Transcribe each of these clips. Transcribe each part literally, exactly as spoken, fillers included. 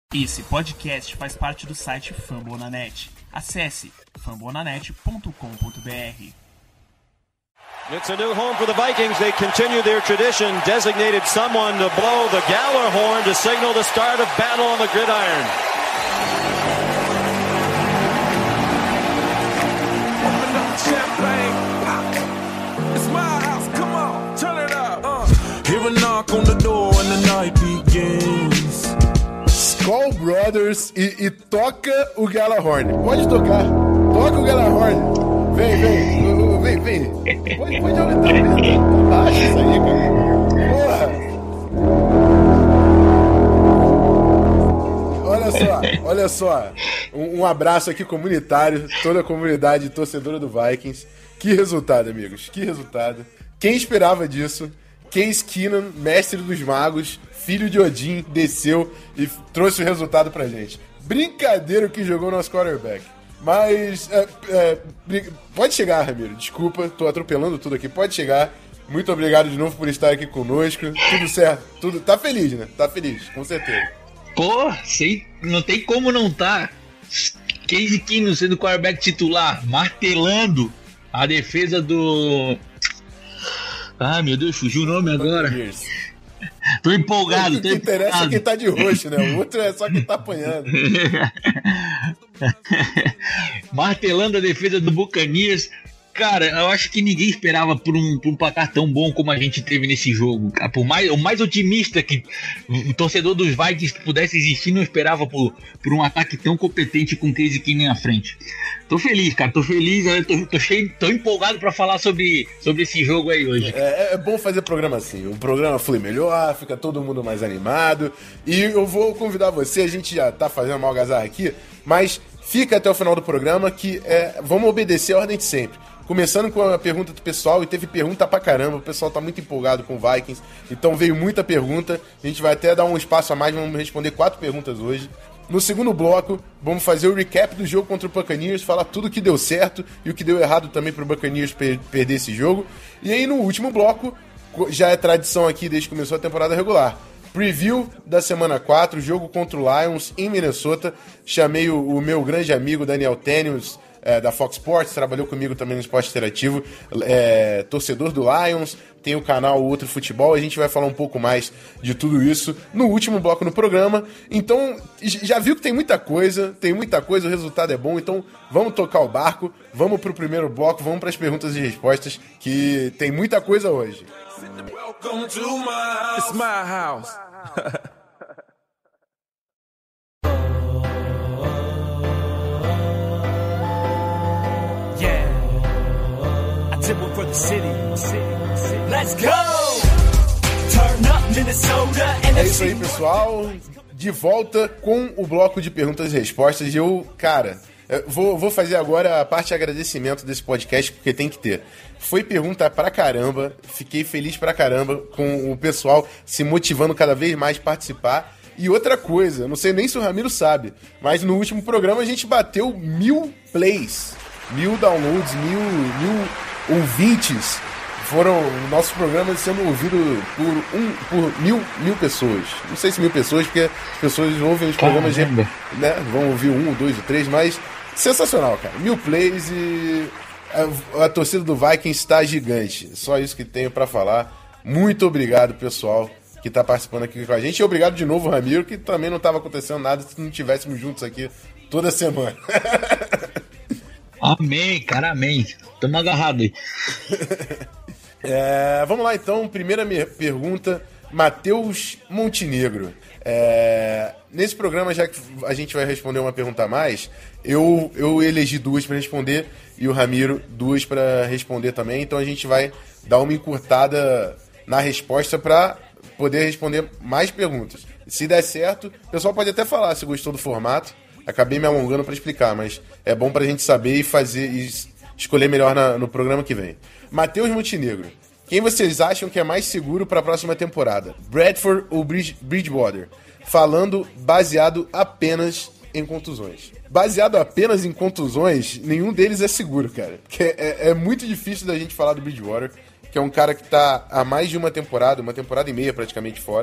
Esse podcast faz parte do site Fambonanet. Acesse fambonanet ponto com ponto b r. It's a new home for the Vikings. They continue their tradition, designated someone to blow the Galler horn to signal the start of battle on the gridiron. Open up champagne, pop. It's my house, come on, turn it up. Uh. Hear a knock on the door and the night begins. Call Brothers e, e toca o Gjallarhorn. Pode tocar. Toca o Gjallarhorn. Vem, vem. Vem, vem. Pode, pode aumentar, aumentar. Baixa isso aí, cara. Porra. Olha só, olha só. Um, um abraço aqui comunitário. Toda a comunidade torcedora do Vikings. Que resultado, amigos. Que resultado. Quem esperava disso? Case Keenum, mestre dos magos, filho de Odin, desceu e trouxe o resultado pra gente. Brincadeira que jogou nosso quarterback. Mas, é, é, pode chegar, Ramiro. Desculpa, tô atropelando tudo aqui. Pode chegar. Muito obrigado de novo por estar aqui conosco. Tudo certo. Tudo, tá feliz, né? Tá feliz, com certeza. Pô, sei, não tem como não tá. Case Keenum sendo quarterback titular, martelando a defesa do... Ah, meu Deus, fugiu o nome agora. Tô empolgado, tô empolgado. O que interessa é quem tá de roxo, né? O outro é só quem tá apanhando. Martelando a defesa do Buccaneers. Cara, eu acho que ninguém esperava por um, por um placar tão bom como a gente teve nesse jogo. Por mais, o mais otimista que o torcedor dos Vikings que pudesse existir não esperava por, por um ataque tão competente com o Case Keenum à frente. Tô feliz, cara, tô feliz, eu tô, tô, cheio, tô empolgado pra falar sobre, sobre esse jogo aí hoje. É, é bom fazer programa assim, o programa flui melhor, fica todo mundo mais animado. E eu vou convidar você, a gente já tá fazendo uma algazarra aqui, mas fica até o final do programa que é, vamos obedecer a ordem de sempre. Começando com a pergunta do pessoal, e teve pergunta pra caramba, o pessoal tá muito empolgado com o Vikings, então veio muita pergunta, a gente vai até dar um espaço a mais, vamos responder quatro perguntas hoje. No segundo bloco, vamos fazer o recap do jogo contra o Buccaneers, falar tudo que deu certo e o que deu errado também pro Buccaneers per- perder esse jogo. E aí no último bloco, já é tradição aqui desde que começou a temporada regular, preview da semana quatro, jogo contra o Lions em Minnesota. Chamei o, o meu grande amigo Daniel Tenius, É, da Fox Sports, trabalhou comigo também no Esporte Interativo, é, torcedor do Lions, tem o canal Outro Futebol, a gente vai falar um pouco mais de tudo isso no último bloco no programa. Então, já viu que tem muita coisa, tem muita coisa, o resultado é bom, então vamos tocar o barco, vamos pro primeiro bloco, vamos para as perguntas e respostas, que tem muita coisa hoje. Welcome to my house. It's my house. For the city. Let's go! Turn up Minnesota. É isso aí, pessoal. De volta com o bloco de perguntas e respostas. Eu, cara, eu vou, vou fazer agora a parte de agradecimento desse podcast, porque tem que ter. Foi pergunta pra caramba. Fiquei feliz pra caramba com o pessoal se motivando cada vez mais a participar. E outra coisa, não sei nem se o Ramiro sabe, mas no último programa a gente bateu mil plays, mil downloads, mil... mil ouvintes, foram nossos programas sendo ouvidos por, um, por mil, mil pessoas. Não sei se mil pessoas, porque as pessoas ouvem os programas, de, né, vão ouvir um, dois ou três, mas sensacional, cara. Mil plays e a, a torcida do Vikings está gigante. Só isso que tenho para falar. Muito obrigado, pessoal, que está participando aqui com a gente. E obrigado de novo, Ramiro, que também não estava acontecendo nada se não estivéssemos juntos aqui toda semana. Amém, cara, amém. Tamo agarrado aí. É, vamos lá então, primeira me- pergunta, Matheus Montenegro. É, nesse programa, já que a gente vai responder uma pergunta a mais, eu, eu elegi duas para responder e o Ramiro duas para responder também, então a gente vai dar uma encurtada na resposta para poder responder mais perguntas. Se der certo, o pessoal pode até falar se gostou do formato. Acabei me alongando para explicar, mas é bom pra gente saber e fazer e escolher melhor na, no programa que vem. Matheus Montenegro, quem vocês acham que é mais seguro para a próxima temporada? Bradford ou Bridge, Bridgewater? Falando baseado apenas em contusões. Baseado apenas em contusões, nenhum deles é seguro, cara. Porque é, é muito difícil da gente falar do Bridgewater, que é um cara que tá há mais de uma temporada, uma temporada e meia praticamente fora.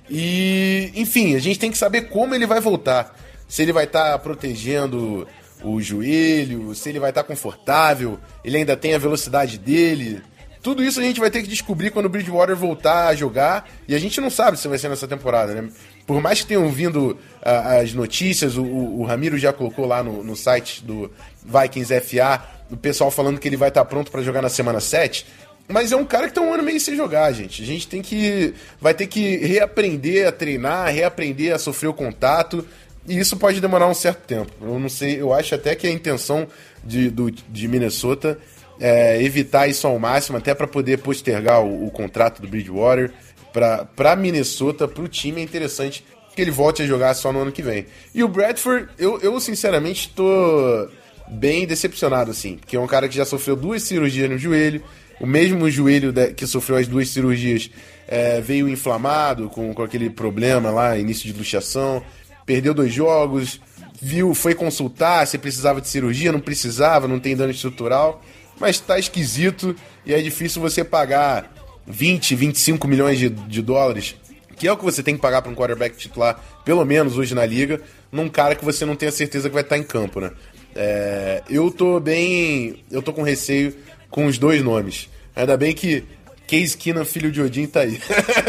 E, enfim, a gente tem que saber como ele vai voltar. Se ele vai estar tá protegendo o joelho, se ele vai estar tá confortável, ele ainda tem a velocidade dele. Tudo isso a gente vai ter que descobrir quando o Bridgewater voltar a jogar. E a gente não sabe se vai ser nessa temporada, né? Por mais que tenham vindo uh, as notícias, o, o Ramiro já colocou lá no, no site do Vikings F A, o pessoal falando que ele vai estar pronto para jogar na semana sete. Mas é um cara que tá um ano meio sem jogar, gente. A gente tem que... vai ter que reaprender a treinar, reaprender a sofrer o contato. E isso pode demorar um certo tempo. Eu não sei, eu acho até que a intenção de, do, de Minnesota é evitar isso ao máximo, até para poder postergar o, o contrato do Bridgewater. Para Minnesota, para o time, é interessante que ele volte a jogar só no ano que vem. E o Bradford, eu, eu sinceramente tô bem decepcionado, assim, porque é um cara que já sofreu duas cirurgias no joelho. O mesmo joelho que sofreu as duas cirurgias é, veio inflamado, com, com aquele problema lá, início de luxação. Perdeu dois jogos, viu, foi consultar se precisava de cirurgia, não precisava, não tem dano estrutural. Mas tá esquisito e é difícil você pagar vinte, vinte e cinco milhões de, de dólares, que é o que você tem que pagar para um quarterback titular, pelo menos hoje na liga, num cara que você não tem a certeza que vai estar em campo, né? É, eu tô bem... eu tô com receio com os dois nomes. Ainda bem que Case Keenum, filho de Odin, tá aí.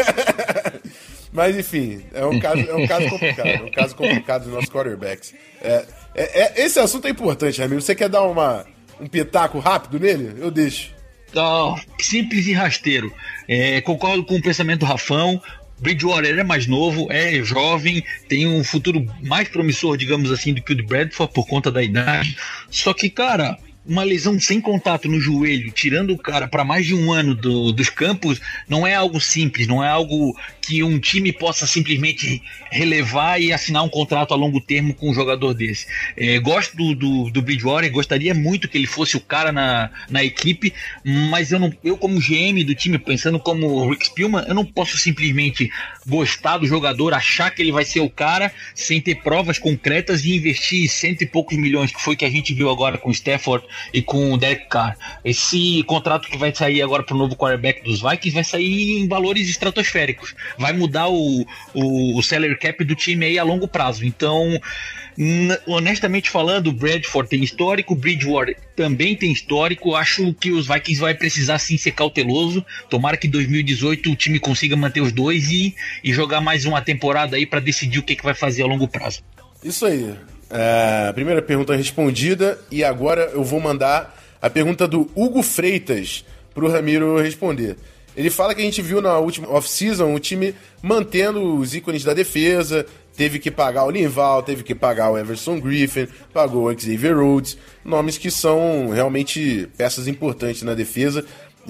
Mas, enfim, é um caso, é um caso complicado. É um caso complicado dos nossos quarterbacks. É, é, é, esse assunto é importante, Ramiro. Você quer dar uma, um pitaco rápido nele? Eu deixo. Oh, simples e rasteiro. É, concordo com o pensamento do Rafão. Bridgewater é mais novo, é jovem, tem um futuro mais promissor, digamos assim, do que o de Bradford por conta da idade. Só que, cara... uma lesão sem contato no joelho, tirando o cara para mais de um ano do, dos campos, não é algo simples, não é algo que um time possa simplesmente relevar e assinar um contrato a longo termo com um jogador desse. É, gosto do, do, do Bridgewater, gostaria muito que ele fosse o cara na, na equipe, mas eu, não, eu como G M do time, pensando como Rick Spielman, eu não posso simplesmente gostar do jogador, achar que ele vai ser o cara, sem ter provas concretas e investir cento e poucos milhões, que foi que a gente viu agora com o Stafford e com o Derek Carr. Esse contrato que vai sair agora para o novo quarterback dos Vikings vai sair em valores estratosféricos. Vai mudar o, o, o salary cap do time aí a longo prazo. Então, n- honestamente falando, o Bradford tem histórico, o Bridgewater também tem histórico. Acho que os Vikings vai precisar sim ser cauteloso. Tomara que em dois mil e dezoito o time consiga manter os dois e, e jogar mais uma temporada aí para decidir o que, que vai fazer a longo prazo. Isso aí. É, primeira pergunta respondida, e agora eu vou mandar a pergunta do Hugo Freitas pro Ramiro responder. Ele fala que a gente viu na última off-season o time mantendo os ícones da defesa, teve que pagar o Linval, teve que pagar o Everson Griffin, pagou o Xavier Rhodes, nomes que são realmente peças importantes na defesa.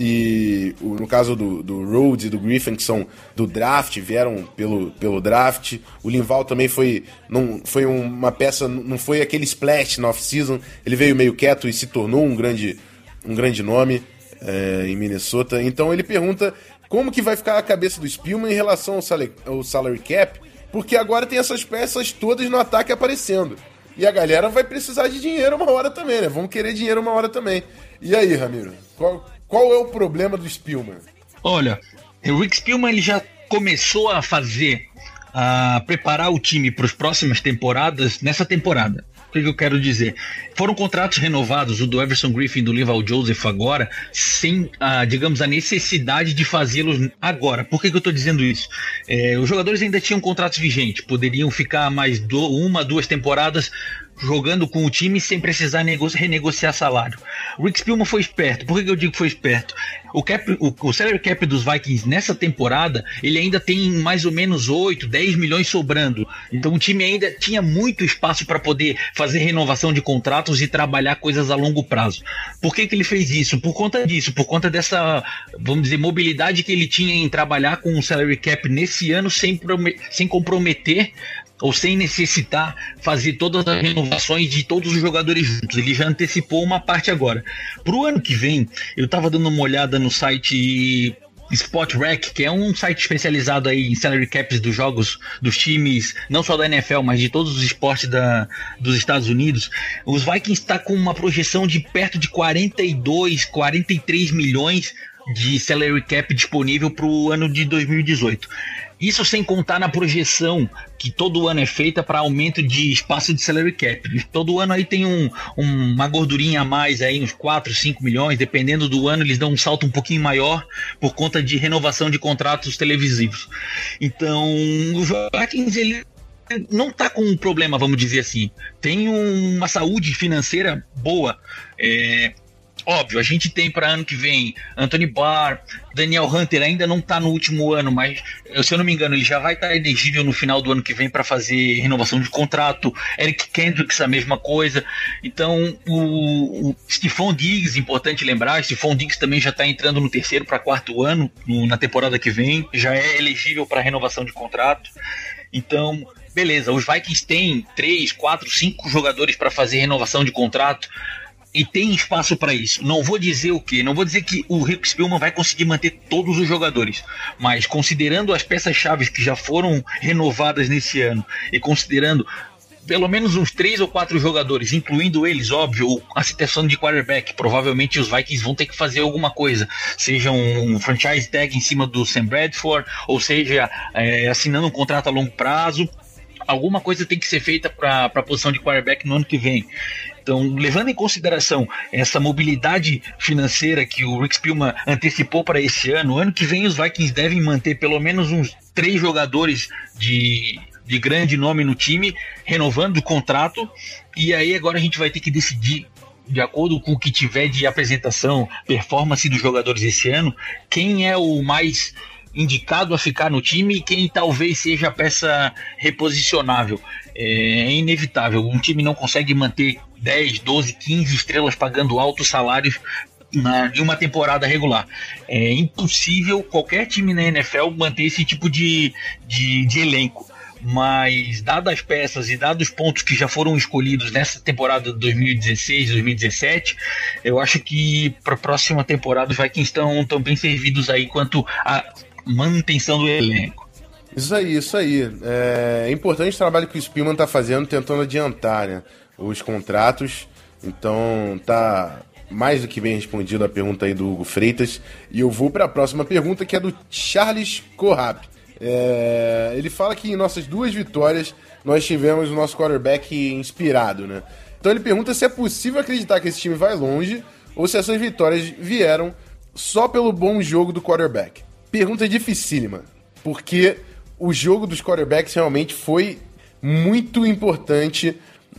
E no caso do, do Rhodes e do Griffin, que são do draft, vieram pelo, pelo draft. O Linval também foi, não, foi uma peça, não foi aquele splash na off-season. Ele veio meio quieto e se tornou um grande, um grande nome é, em Minnesota. Então ele pergunta como que vai ficar a cabeça do Spielman em relação ao salary, ao salary cap, porque agora tem essas peças todas no ataque aparecendo. E a galera vai precisar de dinheiro uma hora também, né? Vão querer dinheiro uma hora também. E aí, Ramiro? Qual... Qual é o problema do Spielman? Olha, o Rick Spielman ele já começou a fazer, a preparar o time para as próximas temporadas nessa temporada. O que eu quero dizer? Foram contratos renovados, o do Everson Griffin e do Linval Joseph agora, sem, a, digamos, a necessidade de fazê-los agora. Por que, que eu estou dizendo isso? É, os jogadores ainda tinham contratos vigentes, poderiam ficar mais do, uma, duas temporadas jogando com o time sem precisar nego- renegociar salário. O Rick Spielman foi esperto. Por que, que eu digo que foi esperto? O, cap, o, o salary cap dos Vikings nessa temporada, ele ainda tem mais ou menos oito, dez milhões sobrando. Então o time ainda tinha muito espaço para poder fazer renovação de contratos e trabalhar coisas a longo prazo. Por que, que ele fez isso? Por conta disso, por conta dessa, vamos dizer, mobilidade que ele tinha em trabalhar com o salary cap nesse ano sem, prome- sem comprometer ou sem necessitar fazer todas as renovações de todos os jogadores juntos. Ele já antecipou uma parte agora. Pro ano que vem, eu tava dando uma olhada no site Spotrac, que é um site especializado aí em salary caps dos jogos dos times, não só da N F L, mas de todos os esportes da, dos Estados Unidos. Os Vikings tá com uma projeção de perto de quarenta e dois, quarenta e três milhões de salary cap disponível para o ano de dois mil e dezoito. Isso sem contar na projeção que todo ano é feita para aumento de espaço de salary cap. Todo ano aí tem um, um, uma gordurinha a mais, aí, uns quatro, cinco milhões, dependendo do ano eles dão um salto um pouquinho maior por conta de renovação de contratos televisivos. Então o Vikings ele não está com um problema, vamos dizer assim. Tem um, uma saúde financeira boa. É... Óbvio, a gente tem para ano que vem Anthony Barr, Daniel Hunter ainda não está no último ano, mas se eu não me engano ele já vai estar tá elegível no final do ano que vem para fazer renovação de contrato. Eric Kendricks a mesma coisa. Então o, o Stephon Diggs, importante lembrar, Stephon Diggs também já está entrando no terceiro para quarto ano no, na temporada que vem, já é elegível para renovação de contrato. Então beleza, os Vikings têm três, quatro, cinco jogadores para fazer renovação de contrato. E tem espaço para isso. Não vou dizer o quê? Não vou dizer que o Rick Spielman vai conseguir manter todos os jogadores. Mas considerando as peças-chave que já foram renovadas nesse ano e considerando pelo menos uns três ou quatro jogadores, incluindo eles, óbvio, a situação de quarterback, provavelmente os Vikings vão ter que fazer alguma coisa. Seja um franchise tag em cima do Sam Bradford, ou seja, é, assinando um contrato a longo prazo. Alguma coisa tem que ser feita para a posição de quarterback no ano que vem. Então, levando em consideração essa mobilidade financeira que o Rick Spielman antecipou para esse ano, ano que vem os Vikings devem manter pelo menos uns três jogadores de, de grande nome no time, renovando o contrato, e aí agora a gente vai ter que decidir, de acordo com o que tiver de apresentação, performance dos jogadores esse ano, quem é o mais indicado a ficar no time e quem talvez seja a peça reposicionável. É inevitável, um time não consegue manter dez, doze, quinze estrelas pagando altos salários na, em uma temporada regular. É impossível qualquer time na N F L manter esse tipo de, de, de elenco. Mas dadas as peças e dados os pontos que já foram escolhidos nessa temporada de dois mil e dezesseis, dois mil e dezessete, eu acho que para a próxima temporada os Vikings estão, estão bem servidos aí quanto a manutenção do elenco. Isso aí, isso aí. É importante o trabalho que o Spielman tá fazendo, tentando adiantar, né, os contratos. Então tá mais do que bem respondido a pergunta aí do Hugo Freitas. E eu vou para a próxima pergunta, que é do Charles Corrap. É, ele fala que em nossas duas vitórias nós tivemos o nosso quarterback inspirado, né? Então ele pergunta se é possível acreditar que esse time vai longe ou se essas vitórias vieram só pelo bom jogo do quarterback. Pergunta dificílima, porque o jogo dos quarterbacks realmente foi muito importante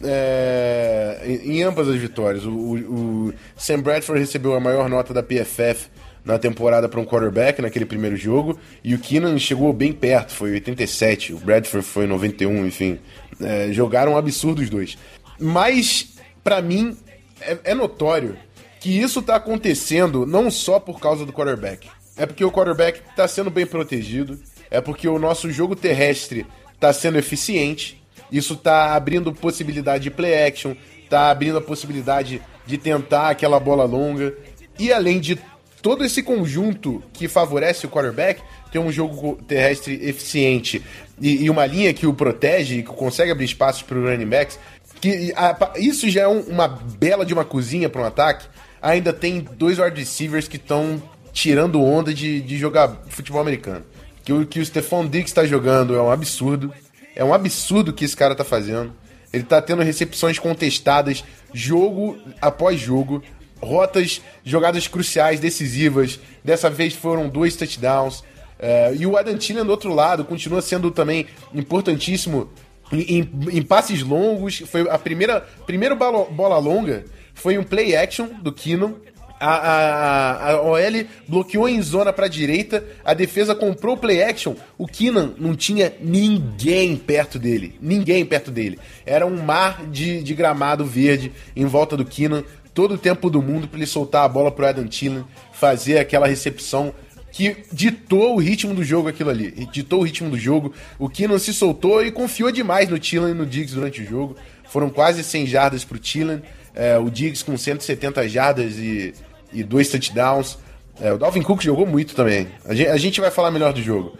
é, em, em ambas as vitórias. O, o, o Sam Bradford recebeu a maior nota da P F F na temporada para um quarterback naquele primeiro jogo, e o Keenan chegou bem perto, foi oitenta e sete, o Bradford foi noventa e um, enfim, é, jogaram um absurdo os dois. Mas, para mim, é, é notório que isso está acontecendo não só por causa do quarterback, é porque o quarterback está sendo bem protegido, é porque o nosso jogo terrestre está sendo eficiente, isso está abrindo possibilidade de play action, está abrindo a possibilidade de tentar aquela bola longa, e além de todo esse conjunto que favorece o quarterback, tem um jogo terrestre eficiente e, e uma linha que o protege, que consegue abrir espaços para os running backs, que a, isso já é um, uma bela de uma cozinha para um ataque. Ainda tem dois wide receivers que estão tirando onda de, de jogar futebol americano. Que o que o Stephon Diggs está jogando é um absurdo. É um absurdo o que esse cara está fazendo. Ele está tendo recepções contestadas, jogo após jogo, rotas, jogadas cruciais, decisivas. Dessa vez foram dois touchdowns. É, e o Adam Thielen, do outro lado, continua sendo também importantíssimo em, em, em passes longos. Foi a primeira, primeira bola, bola longa foi um play action do Keenan. A, a, a O L bloqueou em zona para a direita, a defesa comprou o play action, o Keenan não tinha ninguém perto dele, ninguém perto dele. Era um mar de, de gramado verde em volta do Keenan, todo o tempo do mundo para ele soltar a bola pro Adam Thielen, fazer aquela recepção que ditou o ritmo do jogo, aquilo ali, ditou o ritmo do jogo. O Keenan se soltou e confiou demais no Thielen e no Diggs durante o jogo. Foram quase cem jardas pro Thielen, é, o Diggs com cento e setenta jardas e, e dois touchdowns. É, o Dalvin Cook jogou muito também. A gente, a gente vai falar melhor do jogo,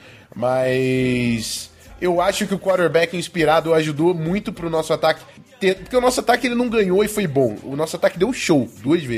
mas eu acho que o quarterback inspirado ajudou muito pro nosso ataque, ter, porque o nosso ataque ele não ganhou e foi bom. O nosso ataque deu show duas vezes.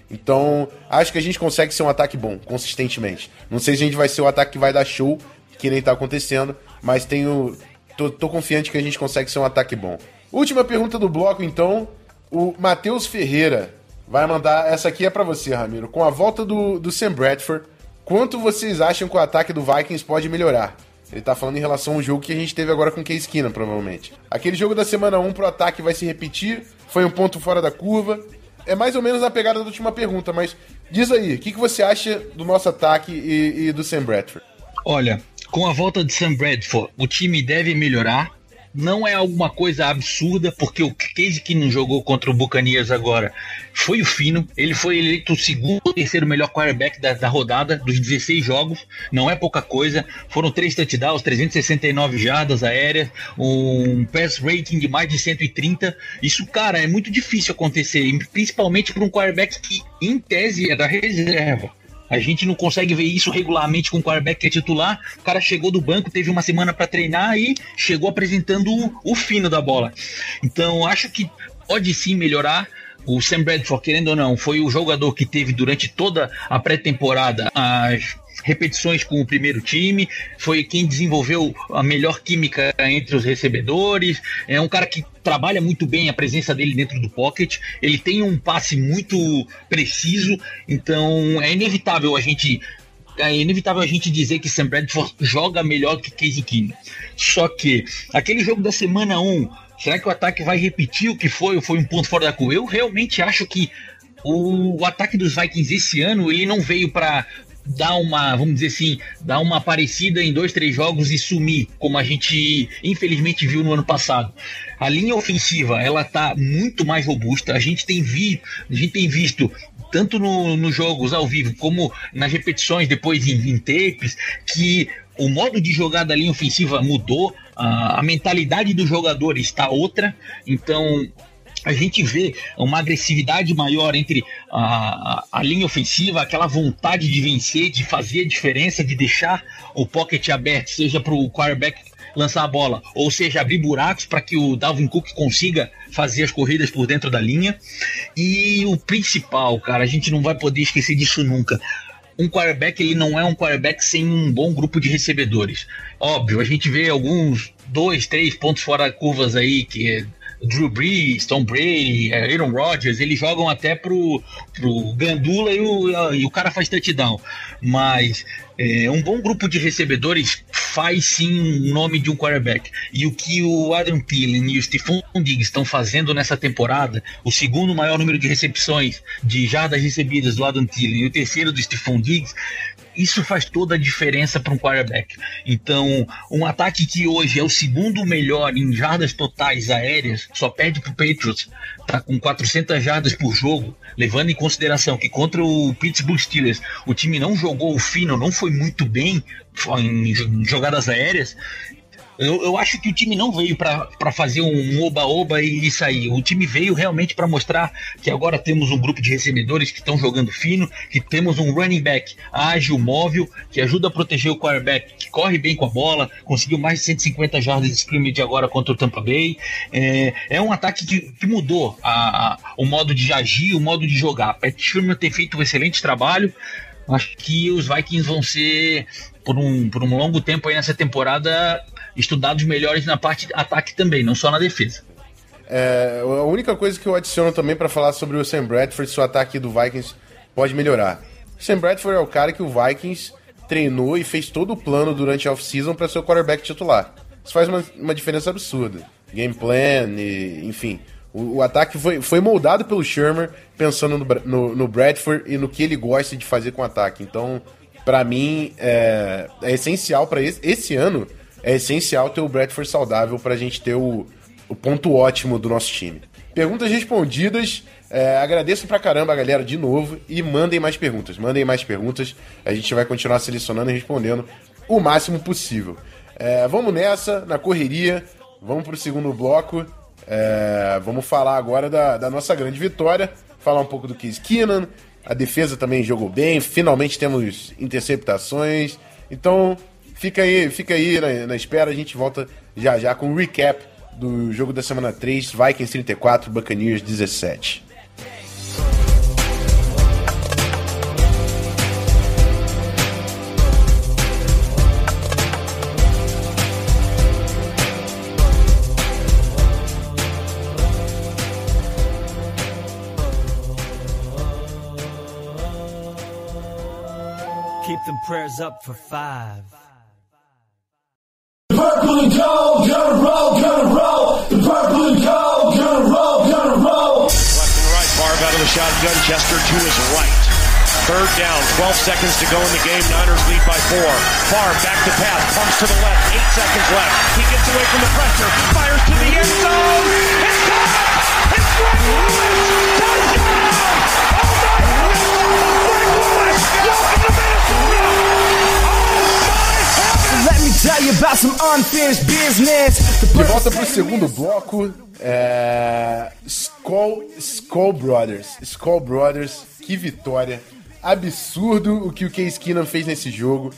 Então, acho que a gente consegue ser um ataque bom, consistentemente. Não sei se a gente vai ser o ataque que vai dar show, que nem tá acontecendo, mas tenho, tô, tô confiante que a gente consegue ser um ataque bom. Última pergunta do bloco, então. O Matheus Ferreira vai mandar, essa aqui é pra você, Ramiro. Com a volta do, do Sam Bradford, quanto vocês acham que o ataque do Vikings pode melhorar? Ele tá falando em relação ao jogo que a gente teve agora com o Case Keenum, provavelmente. Aquele jogo da semana um pro ataque vai se repetir? Foi um ponto fora da curva? É mais ou menos a pegada da última pergunta, mas diz aí, o que, que você acha do nosso ataque e, e do Sam Bradford? Olha, com a volta de Sam Bradford, o time deve melhorar. Não é alguma coisa absurda, porque o Case Keenum jogou contra o Buccaneers agora foi o fino. Ele foi eleito o segundo ou terceiro melhor quarterback da, da rodada, dos dezesseis jogos. Não é pouca coisa. Foram três touchdowns, trezentas e sessenta e nove jardas aéreas, um pass rating de mais de cento e trinta. Isso, cara, é muito difícil acontecer, principalmente para um quarterback que, em tese, é da reserva. A gente não consegue ver isso regularmente com o quarterback que é titular. O cara chegou do banco, teve uma semana para treinar e chegou apresentando o, o fino da bola. Então, acho que pode sim melhorar. O Sam Bradford, querendo ou não, foi o jogador que teve durante toda a pré-temporada as repetições com o primeiro time, foi quem desenvolveu a melhor química entre os recebedores. É um cara que trabalha muito bem a presença dele dentro do pocket, ele tem um passe muito preciso, então é inevitável a gente é inevitável a gente dizer que Sam Bradford joga melhor que Case Keenum. Só que aquele jogo da semana um, será que o ataque vai repetir o que foi ou foi um ponto fora da curva? Eu realmente acho que o, o ataque dos Vikings esse ano, ele não veio para dar uma, vamos dizer assim, dar uma aparecida em dois, três jogos e sumir, como a gente infelizmente viu no ano passado. A linha ofensiva, ela tá muito mais robusta. A gente tem, vi, a gente tem visto, tanto no, nos jogos ao vivo, como nas repetições, depois em, em tapes, que o modo de jogar da linha ofensiva mudou, a, a mentalidade do jogador está outra. Então a gente vê uma agressividade maior entre a, a, a linha ofensiva, aquela vontade de vencer, de fazer a diferença, de deixar o pocket aberto, seja para o quarterback lançar a bola, ou seja, abrir buracos para que o Dalvin Cook consiga fazer as corridas por dentro da linha. E o principal, cara, a gente não vai poder esquecer disso nunca. Um quarterback, ele não é um quarterback sem um bom grupo de recebedores. Óbvio, a gente vê alguns dois, três pontos fora curvas aí, que é Drew Brees, Tom Brady, Aaron Rodgers, eles jogam até pro, pro Gandula e o, e o cara faz touchdown. Mas é, um bom grupo de recebedores faz sim o nome de um quarterback. E o que o Adam Thielen e o Stephon Diggs estão fazendo nessa temporada, o segundo maior número de recepções, de jardas recebidas do Adam Thielen e o terceiro do Stephon Diggs, isso faz toda a diferença para um quarterback. Então, um ataque que hoje é o segundo melhor em jardas totais aéreas, só perde para o Patriots, tá com quatrocentas jardas por jogo, levando em consideração que contra o Pittsburgh Steelers o time não jogou o fino, não foi muito bem em jogadas aéreas. Eu, eu acho que o time não veio para fazer um oba-oba e, e sair. O time veio realmente para mostrar que agora temos um grupo de recebedores que estão jogando fino, que temos um running back ágil, móvel, que ajuda a proteger o quarterback, que corre bem com a bola, conseguiu mais de cento e cinquenta jardas de scrimmage agora contra o Tampa Bay. É, é um ataque que, que mudou a, a, o modo de agir, o modo de jogar. Pat Shurmur tem feito um excelente trabalho. Acho que os Vikings vão ser, por um, por um longo tempo aí nessa temporada, estudados melhores na parte de ataque também, não só na defesa. É, a única coisa que eu adiciono também para falar sobre o Sam Bradford, se o ataque do Vikings pode melhorar. O Sam Bradford é o cara que o Vikings treinou e fez todo o plano durante a off-season para ser o quarterback titular. Isso faz uma, uma diferença absurda. Game plan, e, enfim. O, o ataque foi, foi moldado pelo Shurmur pensando no, no, no Bradford e no que ele gosta de fazer com o ataque. Então, para mim, é, é essencial para esse, esse ano. É essencial ter o Bradford saudável pra gente ter o, o ponto ótimo do nosso time. Perguntas respondidas. É, agradeço pra caramba a galera de novo e mandem mais perguntas. Mandem mais perguntas. A gente vai continuar selecionando e respondendo o máximo possível. É, vamos nessa, na correria. Vamos pro segundo bloco. É, vamos falar agora da, da nossa grande vitória. Falar um pouco do Case Keenum. A defesa também jogou bem. Finalmente temos interceptações. Então... Fica aí, fica aí na, na espera, a gente volta já já com o recap do jogo da semana três, Vikings trinta e quatro, Buccaneers dezessete. them prayers up for five. The purple and gold, gonna roll, gonna roll. The purple and gold, gonna roll, gonna roll. Left and right, Favre out of the shotgun, Chester to his right. Third down, twelve seconds to go in the game. Niners lead by four. Favre back to pass, pumps to the left, eight seconds left. He gets away from the pressure, fires to the end zone. It's caught! It's Greg Lewis! Touchdown! Oh my God! Greg Lewis! Welcome to Minnesota! Oh my heavens! Let me tell you about some unfinished business. De volta pro segundo bloco, é... Skull, Skull Brothers. Skull Brothers, que vitória. Absurdo o que o Case Keenum fez nesse jogo.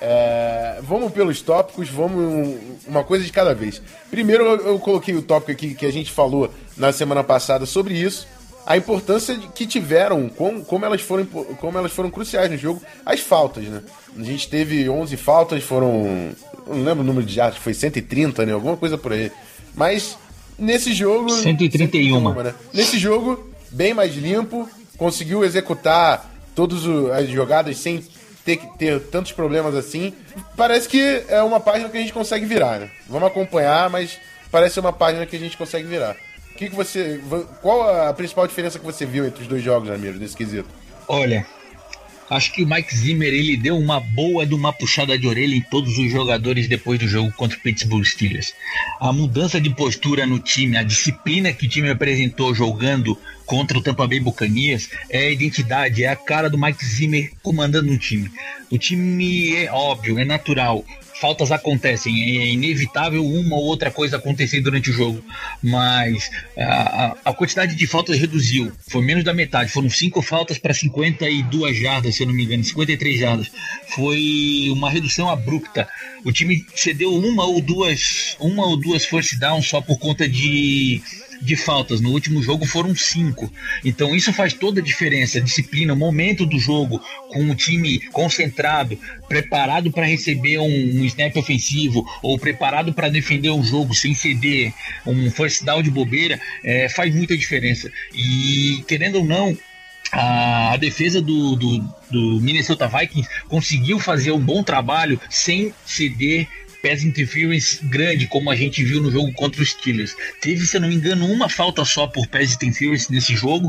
É... Vamos pelos tópicos, vamos uma coisa de cada vez. Primeiro eu, eu coloquei o tópico aqui que a gente falou na semana passada sobre isso. A importância que tiveram, como, como, elas foram, como elas foram cruciais no jogo, as faltas, né? A gente teve onze faltas, foram... Não lembro o número de jardas, foi cento e trinta, né? Alguma coisa por aí. Mas nesse jogo... cento e trinta e um. Né? Nesse jogo, bem mais limpo, conseguiu executar todas as jogadas sem ter que ter tantos problemas assim. Parece que é uma página que a gente consegue virar, né? Vamos acompanhar, mas parece ser uma página que a gente consegue virar. O que, que você... Qual a principal diferença que você viu entre os dois jogos, Ramiro, nesse quesito? Olha, acho que o Mike Zimmer, ele deu uma boa de uma puxada de orelha em todos os jogadores depois do jogo contra o Pittsburgh Steelers. A mudança de postura no time, a disciplina que o time apresentou jogando contra o Tampa Bay Buccaneers é a identidade, é a cara do Mike Zimmer comandando o time. O time é óbvio, é natural. Faltas acontecem, é inevitável uma ou outra coisa acontecer durante o jogo, mas a, a quantidade de faltas reduziu, foi menos da metade, foram cinco faltas para cinquenta e duas jardas, se eu não me engano, cinquenta e três jardas, foi uma redução abrupta. O time cedeu uma ou duas, uma ou duas first downs só por conta de... de faltas, no último jogo foram cinco, então isso faz toda a diferença, a disciplina, o momento do jogo, com o time concentrado, preparado para receber um, um snap ofensivo, ou preparado para defender um jogo sem ceder um first down de bobeira, é, faz muita diferença, e querendo ou não, a, a defesa do, do, do Minnesota Vikings conseguiu fazer um bom trabalho sem ceder pass interference grande, como a gente viu no jogo contra os Steelers. Teve, se eu não me engano, uma falta só por pass interference nesse jogo,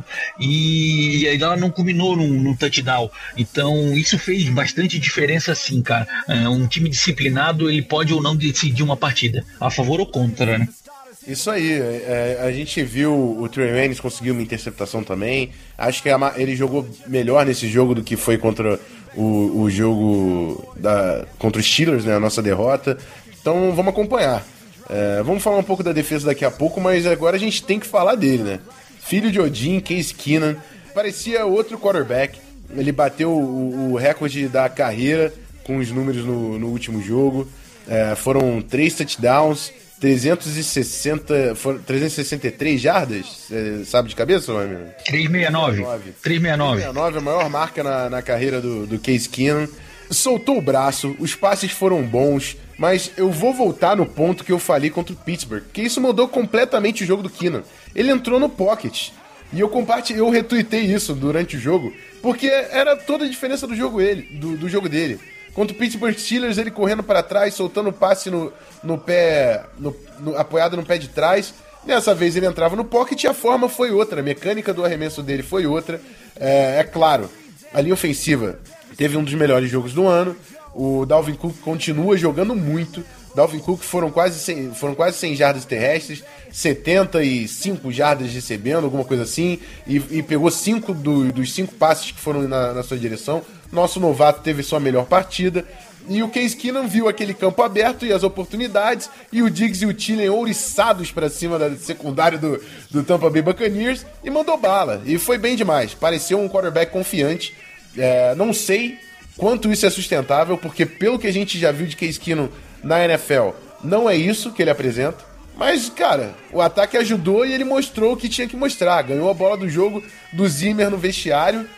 e aí ela não culminou num, num touchdown. Então isso fez bastante diferença sim, cara. É, um time disciplinado, ele pode ou não decidir uma partida, a favor ou contra, né? Isso aí, é, a gente viu o Trey Waynes conseguiu uma interceptação também. Acho que a, ele jogou melhor nesse jogo do que foi contra o, o jogo da, contra os Steelers, né, a nossa derrota. Então vamos acompanhar. É, vamos falar um pouco da defesa daqui a pouco, mas agora a gente tem que falar dele, né? Filho de Odin, Case Keenum, parecia outro quarterback. Ele bateu o, o recorde da carreira com os números no, no último jogo. É, foram três touchdowns, trezentos e sessenta, trezentos e sessenta e três jardas, você sabe de cabeça, meu amigo? trezentos e sessenta e nove. trezentos e sessenta e nove. trezentos e sessenta e nove, a maior marca na, na carreira do, do Case Keenum. Soltou o braço, os passes foram bons, mas eu vou voltar no ponto que eu falei contra o Pittsburgh, que isso mudou completamente o jogo do Keenum. Ele entrou no pocket, e eu compartilhei, eu retuitei isso durante o jogo, porque era toda a diferença do jogo, ele, do, do jogo dele. Contra o Pittsburgh Steelers, ele correndo para trás, soltando o passe no, no pé, no, no, apoiado no pé de trás. Dessa vez ele entrava no pocket e a forma foi outra, a mecânica do arremesso dele foi outra. É, é claro, a linha ofensiva teve um dos melhores jogos do ano. O Dalvin Cook continua jogando muito. Dalvin Cook foram quase cem, foram quase cem jardas terrestres, setenta e cinco jardas recebendo, alguma coisa assim, e, e pegou cinco do, dos cinco passes que foram na, na sua direção. Nosso novato teve sua melhor partida. E o Case Keenum viu aquele campo aberto e as oportunidades, e o Diggs e o Thielen ouriçados para cima da secundária do, do Tampa Bay Buccaneers, e mandou bala. E foi bem demais. Pareceu um quarterback confiante. É, não sei quanto isso é sustentável, porque pelo que a gente já viu de Case Keenum na N F L, não é isso que ele apresenta. Mas, cara, o ataque ajudou e ele mostrou o que tinha que mostrar. Ganhou a bola do jogo do Zimmer no vestiário.